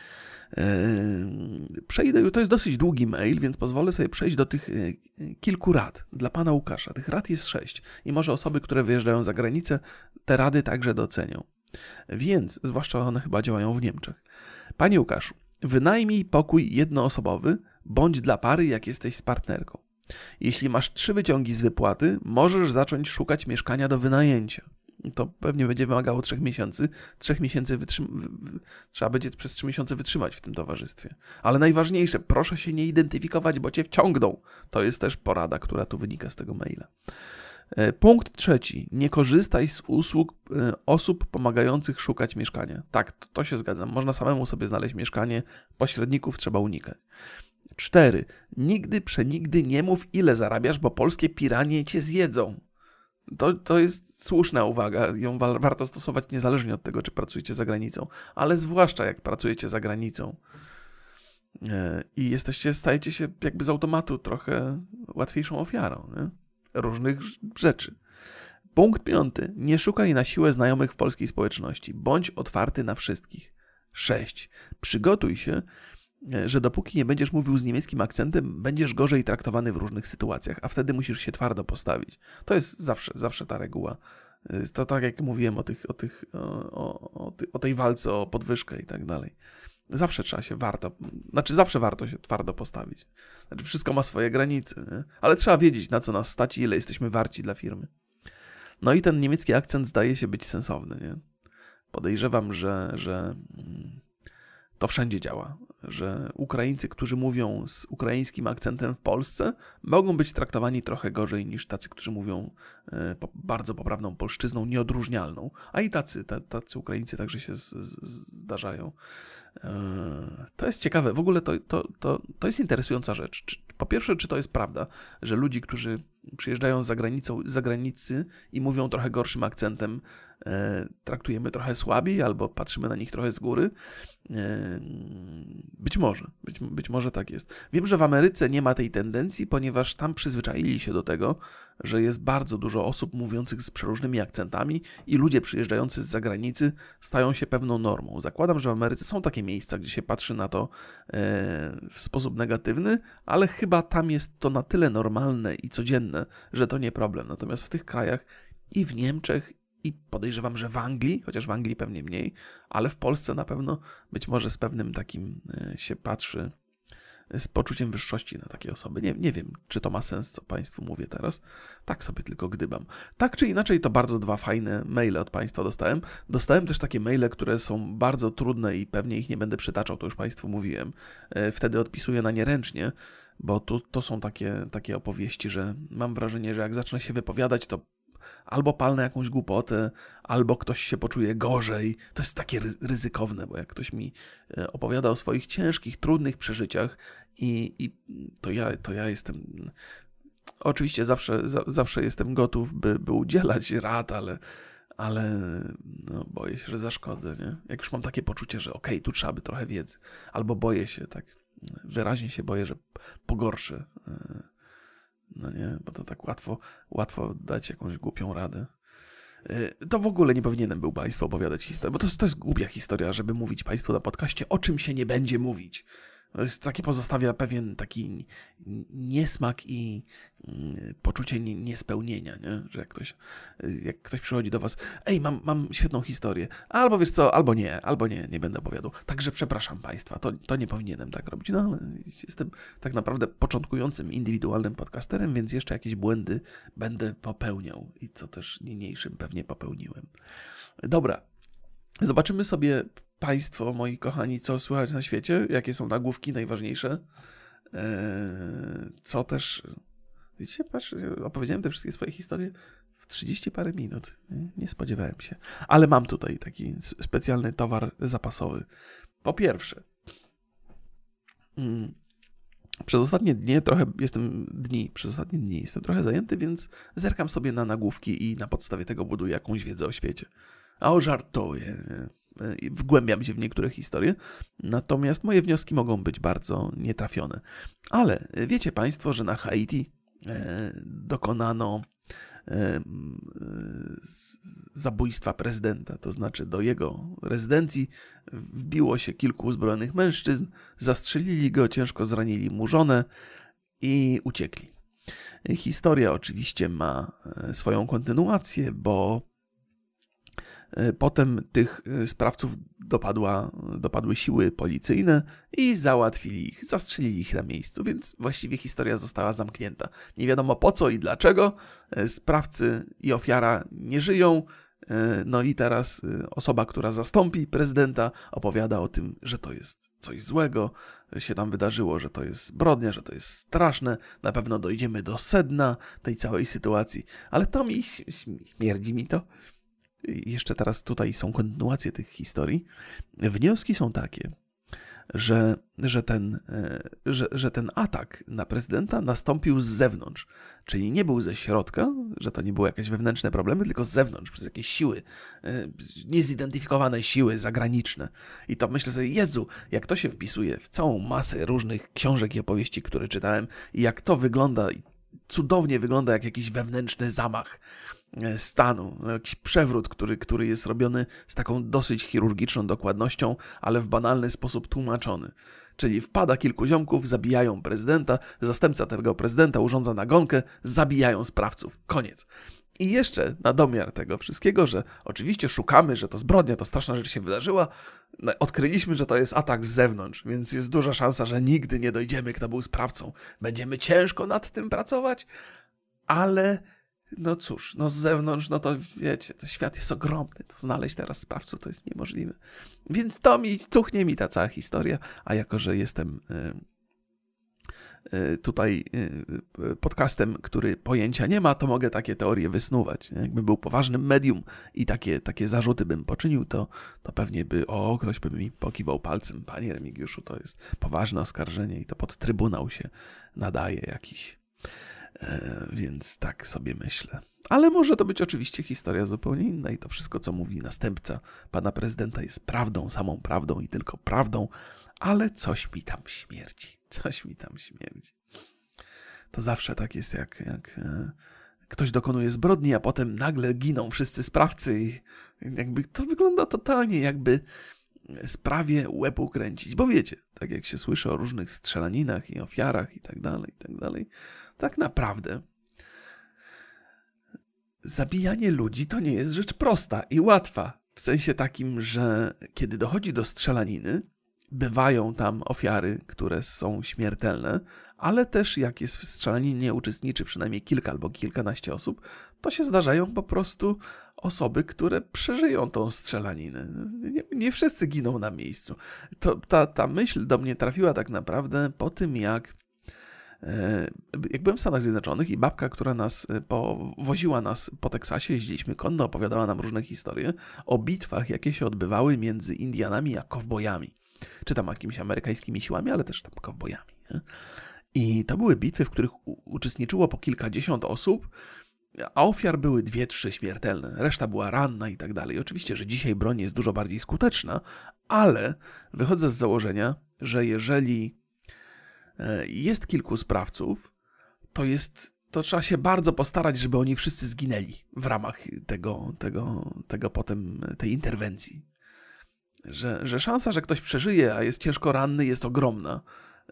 Przejdę, to jest dosyć długi mail, więc pozwolę sobie przejść do tych kilku rad dla pana Łukasza. Tych rad jest sześć i może osoby, które wyjeżdżają za granicę, te rady także docenią. Więc, zwłaszcza one chyba działają w Niemczech. Panie Łukaszu, wynajmij pokój jednoosobowy, bądź dla pary, jak jesteś z partnerką. Jeśli masz trzy wyciągi z wypłaty, możesz zacząć szukać mieszkania do wynajęcia. To pewnie będzie wymagało trzech miesięcy. Trzech miesięcy wytrzym- trzeba będzie przez trzy miesiące wytrzymać w tym towarzystwie. Ale najważniejsze, proszę się nie identyfikować, bo cię wciągną. To jest też porada, która tu wynika z tego maila. Punkt trzeci. Nie korzystaj z usług osób pomagających szukać mieszkania. Tak, to, to się zgadzam. Można samemu sobie znaleźć mieszkanie. Pośredników trzeba unikać. Cztery. Nigdy, przenigdy nie mów, ile zarabiasz, bo polskie piranie cię zjedzą. To, to jest słuszna uwaga, ją wa- warto stosować niezależnie od tego, czy pracujecie za granicą, ale zwłaszcza jak pracujecie za granicą yy, i jesteście, stajecie się jakby z automatu trochę łatwiejszą ofiarą, nie? Różnych rzeczy. Punkt piąty. Nie szukaj na siłę znajomych w polskiej społeczności. Bądź otwarty na wszystkich. Sześć. Przygotuj się, że dopóki nie będziesz mówił z niemieckim akcentem, będziesz gorzej traktowany w różnych sytuacjach, a wtedy musisz się twardo postawić. To jest zawsze, zawsze ta reguła. To tak jak mówiłem o, tych, o, tych, o, o, o tej walce o podwyżkę i tak dalej. Zawsze trzeba się warto, znaczy zawsze warto się twardo postawić. Znaczy wszystko ma swoje granice, nie? Ale trzeba wiedzieć, na co nas stać i ile jesteśmy warci dla firmy. No i ten niemiecki akcent zdaje się być sensowny, nie? Podejrzewam, że... że to wszędzie działa, że Ukraińcy, którzy mówią z ukraińskim akcentem w Polsce, mogą być traktowani trochę gorzej niż tacy, którzy mówią e, po, bardzo poprawną polszczyzną, nieodróżnialną. A i tacy, ta, tacy Ukraińcy także się z, z, zdarzają. E, to jest ciekawe. W ogóle to, to, to, to jest interesująca rzecz. Czy, po pierwsze, czy to jest prawda, że ludzi, którzy przyjeżdżają z zagranicą, z zagranicy i mówią trochę gorszym akcentem, e, traktujemy trochę słabiej albo patrzymy na nich trochę z góry? E, być może. Być, być może tak jest. Wiem, że w Ameryce nie ma tej tendencji, ponieważ tam przyzwyczaili się do tego, że jest bardzo dużo osób mówiących z przeróżnymi akcentami i ludzie przyjeżdżający z zagranicy stają się pewną normą. Zakładam, że w Ameryce są takie miejsca, gdzie się patrzy na to e, w sposób negatywny, ale chyba tam jest to na tyle normalne i codzienne, że to nie problem. Natomiast w tych krajach i w Niemczech, i podejrzewam, że w Anglii, chociaż w Anglii pewnie mniej, ale w Polsce na pewno być może z pewnym takim się patrzy, z poczuciem wyższości na takie osoby. Nie, nie wiem, czy to ma sens, co Państwu mówię teraz. Tak sobie tylko gdybam. Tak czy inaczej, to bardzo dwa fajne maile od Państwa dostałem. Dostałem też takie maile, które są bardzo trudne i pewnie ich nie będę przytaczał, to już Państwu mówiłem. Wtedy odpisuję na nie ręcznie, bo tu, to są takie, takie opowieści, że mam wrażenie, że jak zacznę się wypowiadać, to albo palnę jakąś głupotę, albo ktoś się poczuje gorzej. To jest takie ryzykowne, bo jak ktoś mi opowiada o swoich ciężkich, trudnych przeżyciach i, i to, ja, to ja jestem... Oczywiście zawsze, za, zawsze jestem gotów, by, by udzielać rad, ale, ale no, boję się, że zaszkodzę, nie? Jak już mam takie poczucie, że okej, okay, tu trzeba by trochę wiedzy, albo boję się, tak wyraźnie się boję, że pogorszę no nie, bo to tak łatwo, łatwo dać jakąś głupią radę. To w ogóle nie powinienem był Państwu opowiadać historii, bo to jest, to jest głupia historia, żeby mówić Państwu na podcaście, o czym się nie będzie mówić. To jest takie, pozostawia pewien taki niesmak i poczucie niespełnienia, nie? Że jak ktoś, jak ktoś przychodzi do was, ej, mam, mam świetną historię, albo wiesz co, albo nie, albo nie, nie będę opowiadał. Także przepraszam Państwa, to, to nie powinienem tak robić. No ale jestem tak naprawdę początkującym, indywidualnym podcasterem, więc jeszcze jakieś błędy będę popełniał i co też niniejszym pewnie popełniłem. Dobra, zobaczymy sobie Państwo, moi kochani, co słychać na świecie, jakie są nagłówki najważniejsze, eee, co też, widzicie, patrz, opowiedziałem te wszystkie swoje historie w trzydzieści parę minut, nie, nie spodziewałem się, ale mam tutaj taki specjalny towar zapasowy. Po pierwsze, mm, przez ostatnie dni trochę jestem, dni, przez ostatnie dni jestem trochę zajęty, więc zerkam sobie na nagłówki i na podstawie tego buduję jakąś wiedzę o świecie. A o żartuję, wgłębiam się w niektóre historie, natomiast moje wnioski mogą być bardzo nietrafione. Ale wiecie Państwo, że na Haiti e, dokonano e, zabójstwa prezydenta, to znaczy do jego rezydencji wbiło się kilku uzbrojonych mężczyzn, zastrzelili go, ciężko zranili mu żonę i uciekli. Historia oczywiście ma swoją kontynuację, bo potem tych sprawców dopadła, dopadły siły policyjne i załatwili ich, zastrzelili ich na miejscu, więc właściwie historia została zamknięta. Nie wiadomo po co i dlaczego, sprawcy i ofiara nie żyją, no i teraz osoba, która zastąpi prezydenta, opowiada o tym, że to jest coś złego, że się tam wydarzyło, że to jest zbrodnia, że to jest straszne, na pewno dojdziemy do sedna tej całej sytuacji, ale to mi śmierdzi mi to. Jeszcze teraz tutaj są kontynuacje tych historii. Wnioski są takie, że, że, ten, że, że ten atak na prezydenta nastąpił z zewnątrz, czyli nie był ze środka, że to nie były jakieś wewnętrzne problemy, tylko z zewnątrz, przez jakieś siły, niezidentyfikowane siły zagraniczne. I to myślę sobie, Jezu, jak to się wpisuje w całą masę różnych książek i opowieści, które czytałem i jak to wygląda, cudownie wygląda jak jakiś wewnętrzny zamach stanu, jakiś przewrót, który, który jest robiony z taką dosyć chirurgiczną dokładnością, ale w banalny sposób tłumaczony. Czyli wpada kilku ziomków, zabijają prezydenta, zastępca tego prezydenta urządza nagonkę, zabijają sprawców. Koniec. I jeszcze na domiar tego wszystkiego, że oczywiście szukamy, że to zbrodnia, to straszna rzecz się wydarzyła, odkryliśmy, że to jest atak z zewnątrz, więc jest duża szansa, że nigdy nie dojdziemy, kto był sprawcą. Będziemy ciężko nad tym pracować, ale no cóż, no z zewnątrz, no to wiecie, to świat jest ogromny, to znaleźć teraz sprawców to jest niemożliwe. Więc to mi, cuchnie mi ta cała historia, a jako, że jestem y, y, tutaj y, podcastem, który pojęcia nie ma, to mogę takie teorie wysnuwać. Jakbym był poważnym medium i takie, takie zarzuty bym poczynił, to, to pewnie by, o, ktoś by mi pokiwał palcem, panie Remigiuszu, to jest poważne oskarżenie i to pod trybunał się nadaje jakiś. Więc tak sobie myślę. Ale może to być oczywiście historia zupełnie inna i to wszystko, co mówi następca pana prezydenta, jest prawdą, samą prawdą i tylko prawdą, ale coś mi tam śmierdzi. Coś mi tam śmierdzi. To zawsze tak jest, jak, jak ktoś dokonuje zbrodni, a potem nagle giną wszyscy sprawcy i jakby to wygląda totalnie, jakby sprawie łeb ukręcić. Bo wiecie, tak jak się słyszy o różnych strzelaninach i ofiarach i tak dalej, i tak dalej, tak naprawdę zabijanie ludzi to nie jest rzecz prosta i łatwa. W sensie takim, że kiedy dochodzi do strzelaniny, bywają tam ofiary, które są śmiertelne, ale też jak jest w strzelaninie uczestniczy przynajmniej kilka albo kilkanaście osób, to się zdarzają po prostu osoby, które przeżyją tą strzelaninę. Nie, nie wszyscy giną na miejscu. To, ta, ta myśl do mnie trafiła tak naprawdę po tym, jak Jak byłem w Stanach Zjednoczonych i babka, która nas powoziła nas po Teksasie, jeździliśmy konno, opowiadała nam różne historie o bitwach, jakie się odbywały między Indianami a kowbojami. Czy tam jakimiś amerykańskimi siłami, ale też tam kowbojami. Nie? I to były bitwy, w których uczestniczyło po kilkadziesiąt osób, a ofiar były dwie, trzy śmiertelne. Reszta była ranna i tak dalej. Oczywiście, że dzisiaj broń jest dużo bardziej skuteczna, ale wychodzę z założenia, że jeżeli jest kilku sprawców, to jest to trzeba się bardzo postarać, żeby oni wszyscy zginęli w ramach tego, tego, tego potem, tej interwencji. Że, że szansa, że ktoś przeżyje, a jest ciężko ranny, jest ogromna.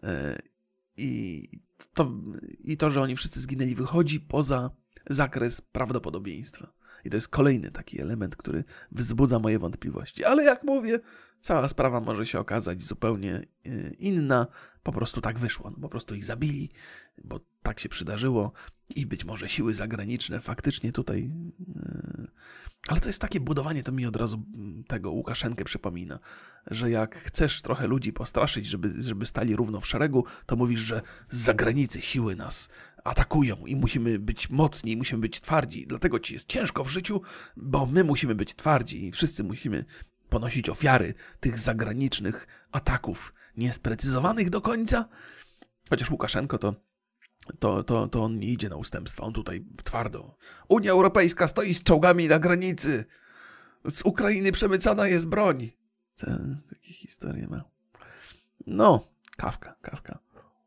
I to, I to, że oni wszyscy zginęli, wychodzi poza zakres prawdopodobieństwa. I to jest kolejny taki element, który wzbudza moje wątpliwości. Ale jak mówię, cała sprawa może się okazać zupełnie inna. Po prostu tak wyszło. No, po prostu ich zabili, bo tak się przydarzyło. I być może siły zagraniczne faktycznie tutaj... Ale to jest takie budowanie, to mi od razu tego Łukaszenkę przypomina, że jak chcesz trochę ludzi postraszyć, żeby, żeby stali równo w szeregu, to mówisz, że z zagranicy siły nas atakują i musimy być mocni, i musimy być twardzi. Dlatego ci jest ciężko w życiu, bo my musimy być twardzi i wszyscy musimy ponosić ofiary tych zagranicznych ataków niesprecyzowanych do końca. Chociaż Łukaszenko to To, to, to on nie idzie na ustępstwa, on tutaj twardo. Unia Europejska stoi z czołgami na granicy. Z Ukrainy przemycana jest broń. Te, takie historie ma. No, kawka, kawka.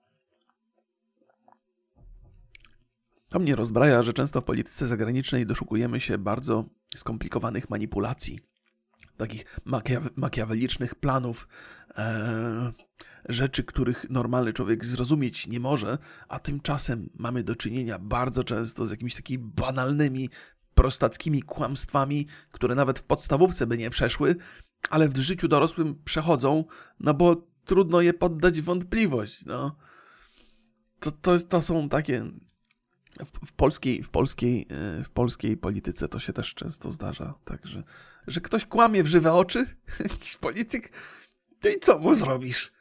To mnie rozbraja, że często w polityce zagranicznej doszukujemy się bardzo skomplikowanych manipulacji. Takich makia- makiawelicznych planów, e, rzeczy, których normalny człowiek zrozumieć nie może, a tymczasem mamy do czynienia bardzo często z jakimiś takimi banalnymi, prostackimi kłamstwami, które nawet w podstawówce by nie przeszły, ale w życiu dorosłym przechodzą, no bo trudno je poddać w wątpliwość. No. To, to, to są takie... W, w, polskiej, w, polskiej, w polskiej polityce to się też często zdarza, tak, że, że ktoś kłamie w żywe oczy, jakiś polityk, no i co mu zrobisz?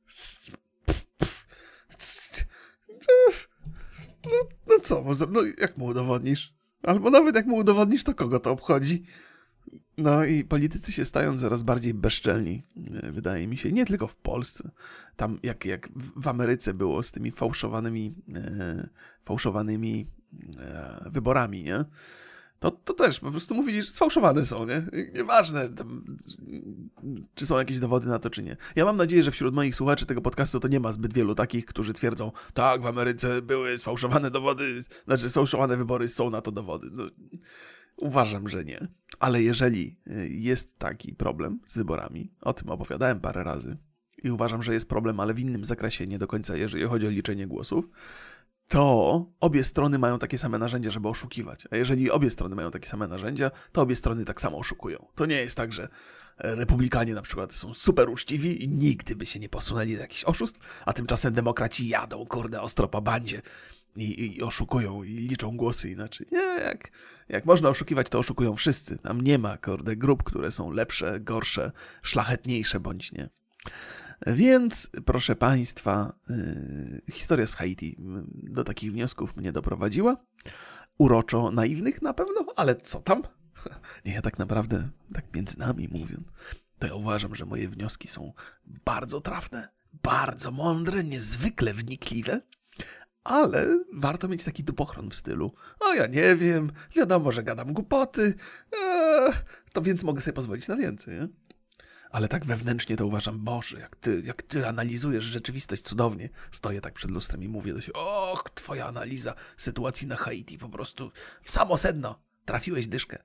No, no co mu zrobisz? No jak mu udowodnisz? Albo nawet jak mu udowodnisz, to kogo to obchodzi? No i politycy się stają coraz bardziej bezczelni, wydaje mi się, nie tylko w Polsce. Tam jak, jak w Ameryce było z tymi fałszowanymi, e, fałszowanymi e, wyborami, nie? To, to też po prostu mówili, że sfałszowane są, nie? Nieważne, tam, czy są jakieś dowody na to, czy nie. Ja mam nadzieję, że wśród moich słuchaczy tego podcastu to nie ma zbyt wielu takich, którzy twierdzą, tak, w Ameryce były sfałszowane dowody, znaczy sfałszowane wybory, są na to dowody. No, uważam, że nie. Ale jeżeli jest taki problem z wyborami, o tym opowiadałem parę razy i uważam, że jest problem, ale w innym zakresie, nie do końca, jeżeli chodzi o liczenie głosów, to obie strony mają takie same narzędzia, żeby oszukiwać. A jeżeli obie strony mają takie same narzędzia, to obie strony tak samo oszukują. To nie jest tak, że republikanie na przykład są super uczciwi i nigdy by się nie posunęli do jakichś oszustw, a tymczasem demokraci jadą, kurde, ostro po bandzie i, i oszukują i liczą głosy inaczej. Nie, jak, jak można oszukiwać, to oszukują wszyscy. Tam nie ma, kurde, grup, które są lepsze, gorsze, szlachetniejsze bądź nie. Więc, proszę Państwa, yy, historia z Haiti do takich wniosków mnie doprowadziła. Uroczo naiwnych na pewno, ale co tam? Nie, ja tak naprawdę, tak między nami mówiąc, to ja uważam, że moje wnioski są bardzo trafne, bardzo mądre, niezwykle wnikliwe, ale warto mieć taki dupochron w stylu, o ja nie wiem, wiadomo, że gadam głupoty, ee, to więc mogę sobie pozwolić na więcej, nie? Ale tak wewnętrznie to uważam, Boże, jak ty, jak ty analizujesz rzeczywistość cudownie. Stoję tak przed lustrem i mówię do siebie, och, twoja analiza sytuacji na Haiti po prostu w samo sedno. Trafiłeś dyszkę.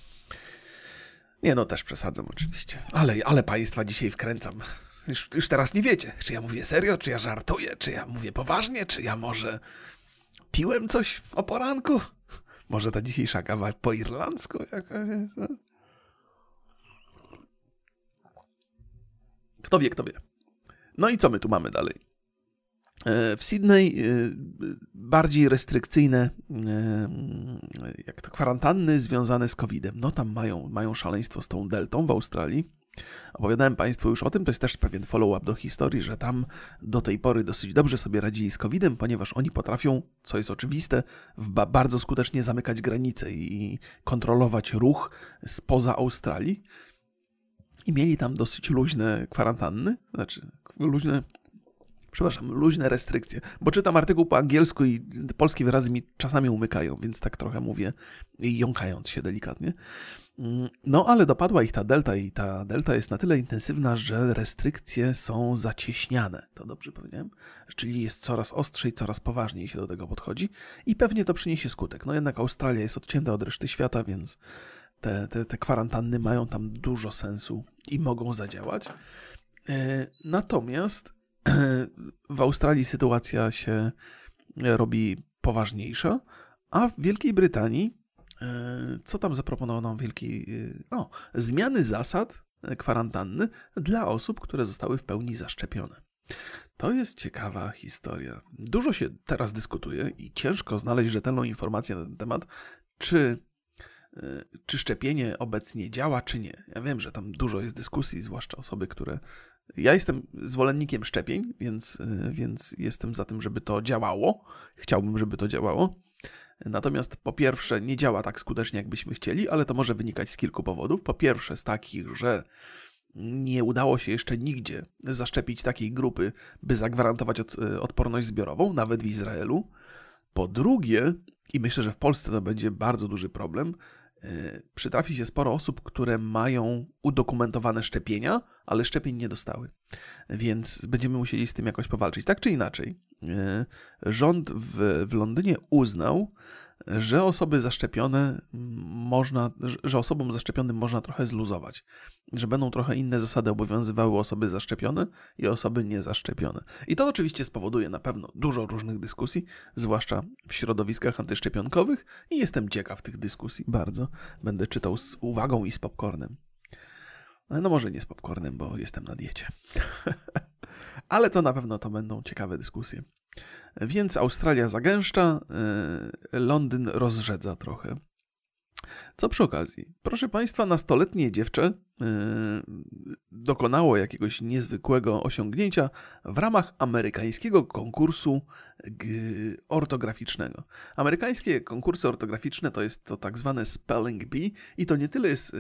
Nie no, też przesadzam oczywiście. Ale, ale państwa dzisiaj wkręcam. Już, już teraz nie wiecie, czy ja mówię serio, czy ja żartuję, czy ja mówię poważnie, czy ja może piłem coś o poranku? Może ta dzisiejsza kawa po irlandzku jakaś jest, no? Kto wie, kto wie. No i co my tu mamy dalej? W Sydney bardziej restrykcyjne jak to kwarantanny związane z kowidem. No tam mają, mają szaleństwo z tą deltą w Australii. Opowiadałem Państwu już o tym, to jest też pewien follow-up do historii, że tam do tej pory dosyć dobrze sobie radzili z kowidem, ponieważ oni potrafią, co jest oczywiste, ba- bardzo skutecznie zamykać granice i kontrolować ruch spoza Australii. I mieli tam dosyć luźne kwarantanny, znaczy luźne Przepraszam, luźne restrykcje, bo czytam artykuł po angielsku i polskie wyrazy mi czasami umykają, więc tak trochę mówię, jąkając się delikatnie. No ale dopadła ich ta delta i ta delta jest na tyle intensywna, że restrykcje są zacieśniane. To dobrze powiedziałem? Czyli jest coraz ostrzej, coraz poważniej się do tego podchodzi i pewnie to przyniesie skutek. No jednak Australia jest odcięta od reszty świata, więc te, te, te kwarantanny mają tam dużo sensu i mogą zadziałać. Natomiast w Australii sytuacja się robi poważniejsza, a w Wielkiej Brytanii, co tam zaproponowano nam Wielkiej... O, zmiany zasad kwarantanny dla osób, które zostały w pełni zaszczepione. To jest ciekawa historia. Dużo się teraz dyskutuje i ciężko znaleźć rzetelną informację na ten temat, czy, czy szczepienie obecnie działa, czy nie. Ja wiem, że tam dużo jest dyskusji, zwłaszcza osoby, które... Ja jestem zwolennikiem szczepień, więc, więc jestem za tym, żeby to działało. Chciałbym, żeby to działało. Natomiast po pierwsze nie działa tak skutecznie, jakbyśmy chcieli, ale to może wynikać z kilku powodów. Po pierwsze z takich, że nie udało się jeszcze nigdzie zaszczepić takiej grupy, by zagwarantować od, odporność zbiorową, nawet w Izraelu. Po drugie, i myślę, że w Polsce to będzie bardzo duży problem, przytrafi się sporo osób, które mają udokumentowane szczepienia, ale szczepień nie dostały. Więc będziemy musieli z tym jakoś powalczyć. Tak czy inaczej, rząd w, w Londynie uznał, że osoby zaszczepione można, że osobom zaszczepionym można trochę zluzować, że będą trochę inne zasady obowiązywały osoby zaszczepione i osoby niezaszczepione. I to oczywiście spowoduje na pewno dużo różnych dyskusji, zwłaszcza w środowiskach antyszczepionkowych i jestem ciekaw tych dyskusji bardzo. Będę czytał z uwagą i z popcornem. No może nie z popcornem, bo jestem na diecie. Ale to na pewno to będą ciekawe dyskusje. Więc Australia zagęszcza, Londyn rozrzedza trochę. Co przy okazji, proszę Państwa, nastoletnie dziewczę dokonało jakiegoś niezwykłego osiągnięcia w ramach amerykańskiego konkursu ortograficznego. Amerykańskie konkursy ortograficzne to jest to tak zwane spelling bee i to nie tyle jest...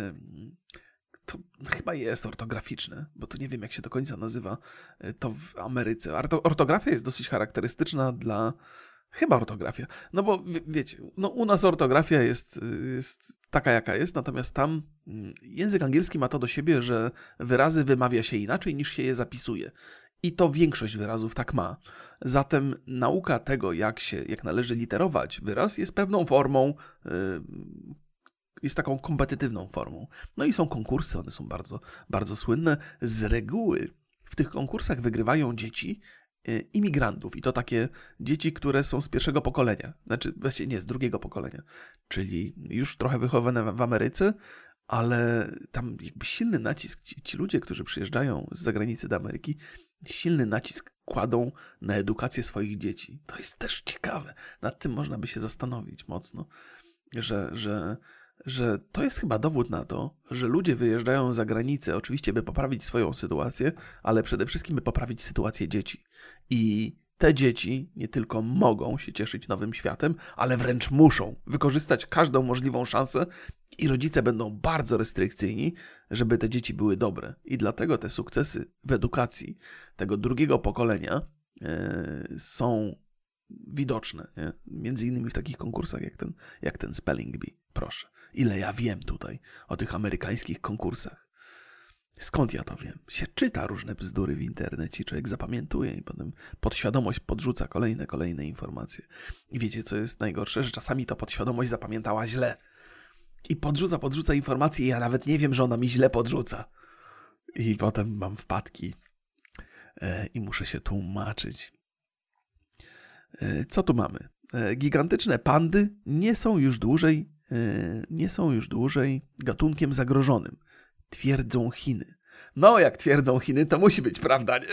To chyba jest ortograficzne, bo to nie wiem, jak się do końca nazywa to w Ameryce. Ortografia jest dosyć charakterystyczna dla... Chyba ortografia. No bo wie, wiecie, no u nas ortografia jest, jest taka, jaka jest, natomiast tam język angielski ma to do siebie, że wyrazy wymawia się inaczej, niż się je zapisuje. I to większość wyrazów tak ma. Zatem nauka tego, jak się, jak należy literować wyraz, jest pewną formą... Yy, jest taką kompetytywną formą. No i są konkursy, one są bardzo, bardzo słynne. Z reguły w tych konkursach wygrywają dzieci imigrantów i to takie dzieci, które są z pierwszego pokolenia. Znaczy, właściwie nie, z drugiego pokolenia. Czyli już trochę wychowane w Ameryce, ale tam jakby silny nacisk, ci, ci ludzie, którzy przyjeżdżają z zagranicy do Ameryki, silny nacisk kładą na edukację swoich dzieci. To jest też ciekawe. Nad tym można by się zastanowić mocno, że... że że to jest chyba dowód na to, że ludzie wyjeżdżają za granicę, oczywiście by poprawić swoją sytuację, ale przede wszystkim by poprawić sytuację dzieci. I te dzieci nie tylko mogą się cieszyć nowym światem, ale wręcz muszą wykorzystać każdą możliwą szansę i rodzice będą bardzo restrykcyjni, żeby te dzieci były dobre. I dlatego te sukcesy w edukacji tego drugiego pokolenia yy, są widoczne, nie? Między innymi w takich konkursach jak ten, jak ten Spelling Bee. Proszę, ile ja wiem tutaj o tych amerykańskich konkursach. Skąd ja to wiem? Się czyta różne bzdury w internecie, człowiek zapamiętuje i potem podświadomość podrzuca kolejne, kolejne informacje. I wiecie, co jest najgorsze? Że czasami to podświadomość zapamiętała źle. I podrzuca, podrzuca informacje i ja nawet nie wiem, że ona mi źle podrzuca. I potem mam wpadki e, i muszę się tłumaczyć. E, co tu mamy? E, gigantyczne pandy nie są już dłużej nie są już dłużej gatunkiem zagrożonym. Twierdzą Chiny. No, jak twierdzą Chiny, to musi być prawda, nie?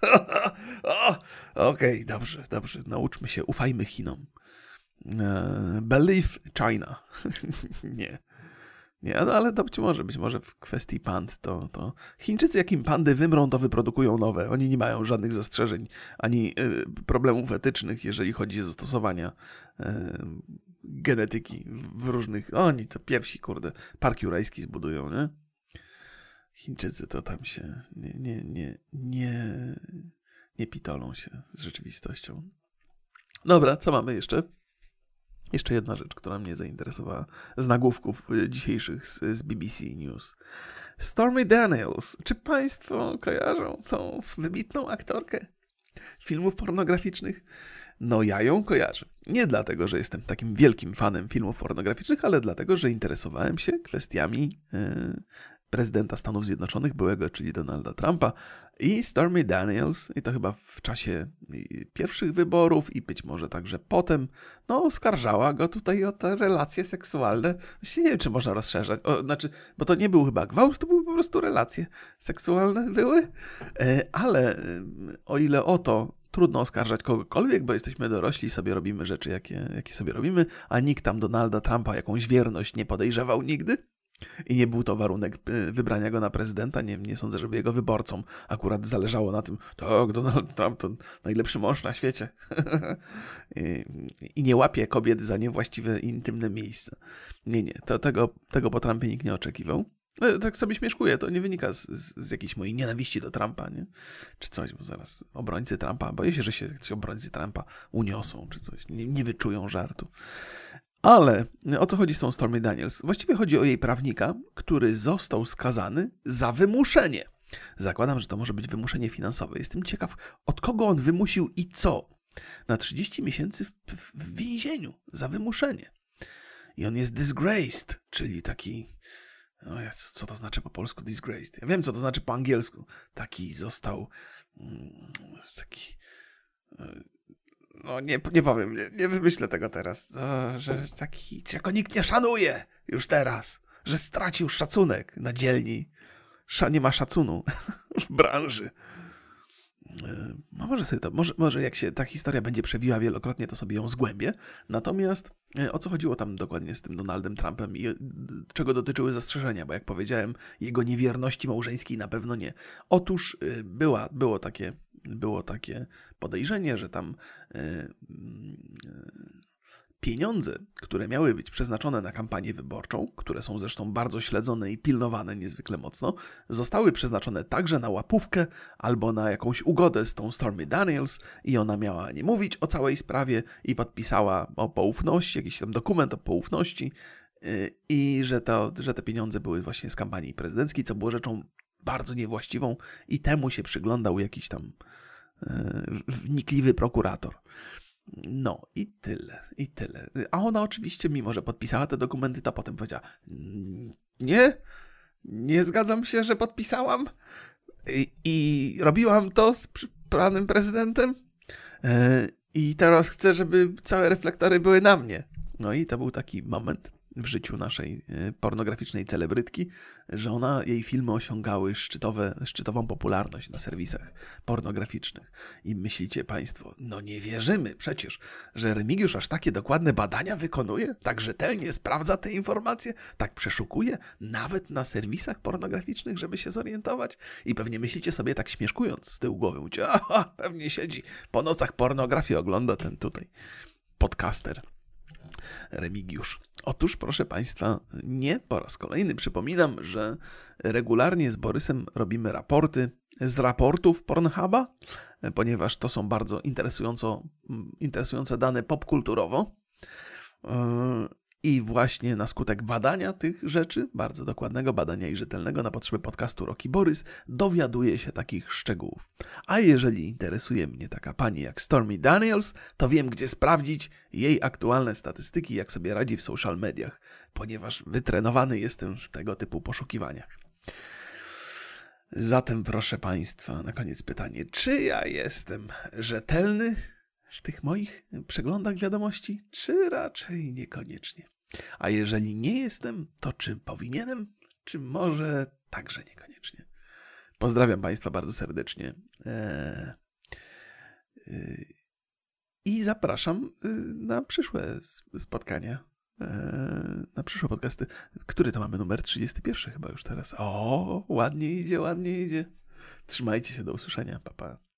Okej, okay, dobrze, dobrze. Nauczmy się, ufajmy Chinom. Believe China. Nie. Nie, no ale to być może, być może w kwestii pand to, to... Chińczycy, jak im pandy wymrą, to wyprodukują nowe. Oni nie mają żadnych zastrzeżeń, ani y, problemów etycznych, jeżeli chodzi o zastosowania y, genetyki w różnych... Oni to pierwsi, kurde, park jurajski zbudują, nie? Chińczycy to tam się nie, nie, nie, nie, nie pitolą się z rzeczywistością. Dobra, co mamy jeszcze? Jeszcze jedna rzecz, która mnie zainteresowała z nagłówków dzisiejszych z, z B B C News. Stormy Daniels. Czy państwo kojarzą tą wybitną aktorkę filmów pornograficznych? No ja ją kojarzę. Nie dlatego, że jestem takim wielkim fanem filmów pornograficznych, ale dlatego, że interesowałem się kwestiami yy, prezydenta Stanów Zjednoczonych, byłego, czyli Donalda Trumpa, i Stormy Daniels, i to chyba w czasie pierwszych wyborów i być może także potem, no oskarżała go tutaj o te relacje seksualne. Właściwie nie wiem, czy można rozszerzać, o, znaczy, bo to nie był chyba gwałt, to były po prostu relacje seksualne były, e, ale e, o ile o to trudno oskarżać kogokolwiek, bo jesteśmy dorośli i sobie robimy rzeczy, jakie, jakie sobie robimy, a nikt tam Donalda Trumpa jakąś wierność nie podejrzewał nigdy. I nie był to warunek wybrania go na prezydenta. Nie, nie sądzę, żeby jego wyborcom akurat zależało na tym, tak, Donald Trump to najlepszy mąż na świecie. I, I nie łapie kobiet za niewłaściwe, intymne miejsca. Nie, nie, to, tego, tego po Trumpie nikt nie oczekiwał. Tak sobie śmieszkuję, to nie wynika z, z, z jakiejś mojej nienawiści do Trumpa, nie? Czy coś, bo zaraz obrońcy Trumpa, boję się, że się obrońcy Trumpa uniosą, czy coś, nie, nie wyczują żartu. Ale o co chodzi z tą Stormy Daniels? Właściwie chodzi o jej prawnika, który został skazany za wymuszenie. Zakładam, że to może być wymuszenie finansowe. Jestem ciekaw, od kogo on wymusił i co. Na trzydzieści miesięcy w, w, w więzieniu za wymuszenie. I on jest disgraced, czyli taki... O Jezu, co to znaczy po polsku disgraced? Ja wiem, co to znaczy po angielsku. Taki został... Taki... No nie, nie powiem, nie, nie wymyślę tego teraz, o, że taki, czego nikt nie szanuje już teraz, że stracił szacunek na dzielni, Sza, nie ma szacunu w branży. No może, sobie to, może, może jak się ta historia będzie przewijała wielokrotnie, to sobie ją zgłębię. Natomiast o co chodziło tam dokładnie z tym Donaldem Trumpem i czego dotyczyły zastrzeżenia, bo jak powiedziałem, jego niewierności małżeńskiej na pewno nie. Otóż była, było takie... Było takie podejrzenie, że tam yy, yy, pieniądze, które miały być przeznaczone na kampanię wyborczą, które są zresztą bardzo śledzone i pilnowane niezwykle mocno, zostały przeznaczone także na łapówkę albo na jakąś ugodę z tą Stormy Daniels i ona miała nie mówić o całej sprawie i podpisała o poufności, jakiś tam dokument o poufności yy, i że, to, że te pieniądze były właśnie z kampanii prezydenckiej, co było rzeczą bardzo niewłaściwą i temu się przyglądał jakiś tam e, wnikliwy prokurator. No i tyle, i tyle. A ona oczywiście, mimo że podpisała te dokumenty, to potem powiedziała, nie, nie zgadzam się, że podpisałam i, i robiłam to z panem prezydentem e, i teraz chcę, żeby całe reflektory były na mnie. No i to był taki moment w życiu naszej pornograficznej celebrytki, że ona, jej filmy osiągały szczytowe, szczytową popularność na serwisach pornograficznych. I myślicie państwo, no nie wierzymy przecież, że Remigiusz aż takie dokładne badania wykonuje, tak rzetelnie sprawdza te informacje, tak przeszukuje, nawet na serwisach pornograficznych, żeby się zorientować. I pewnie myślicie sobie tak śmieszkując z tyłu głowy, mówicie, aha, pewnie siedzi po nocach pornografię, ogląda ten tutaj podcaster Remigiusz. Otóż, proszę państwa, nie po raz kolejny przypominam, że regularnie z Borysem robimy raporty z raportów Pornhuba, ponieważ to są bardzo interesująco, interesujące dane popkulturowo. I właśnie na skutek badania tych rzeczy, bardzo dokładnego badania i rzetelnego na potrzeby podcastu Roki Borys, dowiaduje się takich szczegółów. A jeżeli interesuje mnie taka pani jak Stormy Daniels, to wiem, gdzie sprawdzić jej aktualne statystyki, jak sobie radzi w social mediach, ponieważ wytrenowany jestem w tego typu poszukiwaniach. Zatem proszę państwa, na koniec pytanie, czy ja jestem rzetelny w tych moich przeglądach wiadomości, czy raczej niekoniecznie? A jeżeli nie jestem, to czy powinienem, czy może także niekoniecznie? Pozdrawiam państwa bardzo serdecznie eee, eee, i zapraszam na przyszłe spotkania, eee, na przyszłe podcasty. Który to mamy numer? trzydziesty pierwszy chyba już teraz. O, ładnie idzie, ładnie idzie. Trzymajcie się, do usłyszenia, pa pa.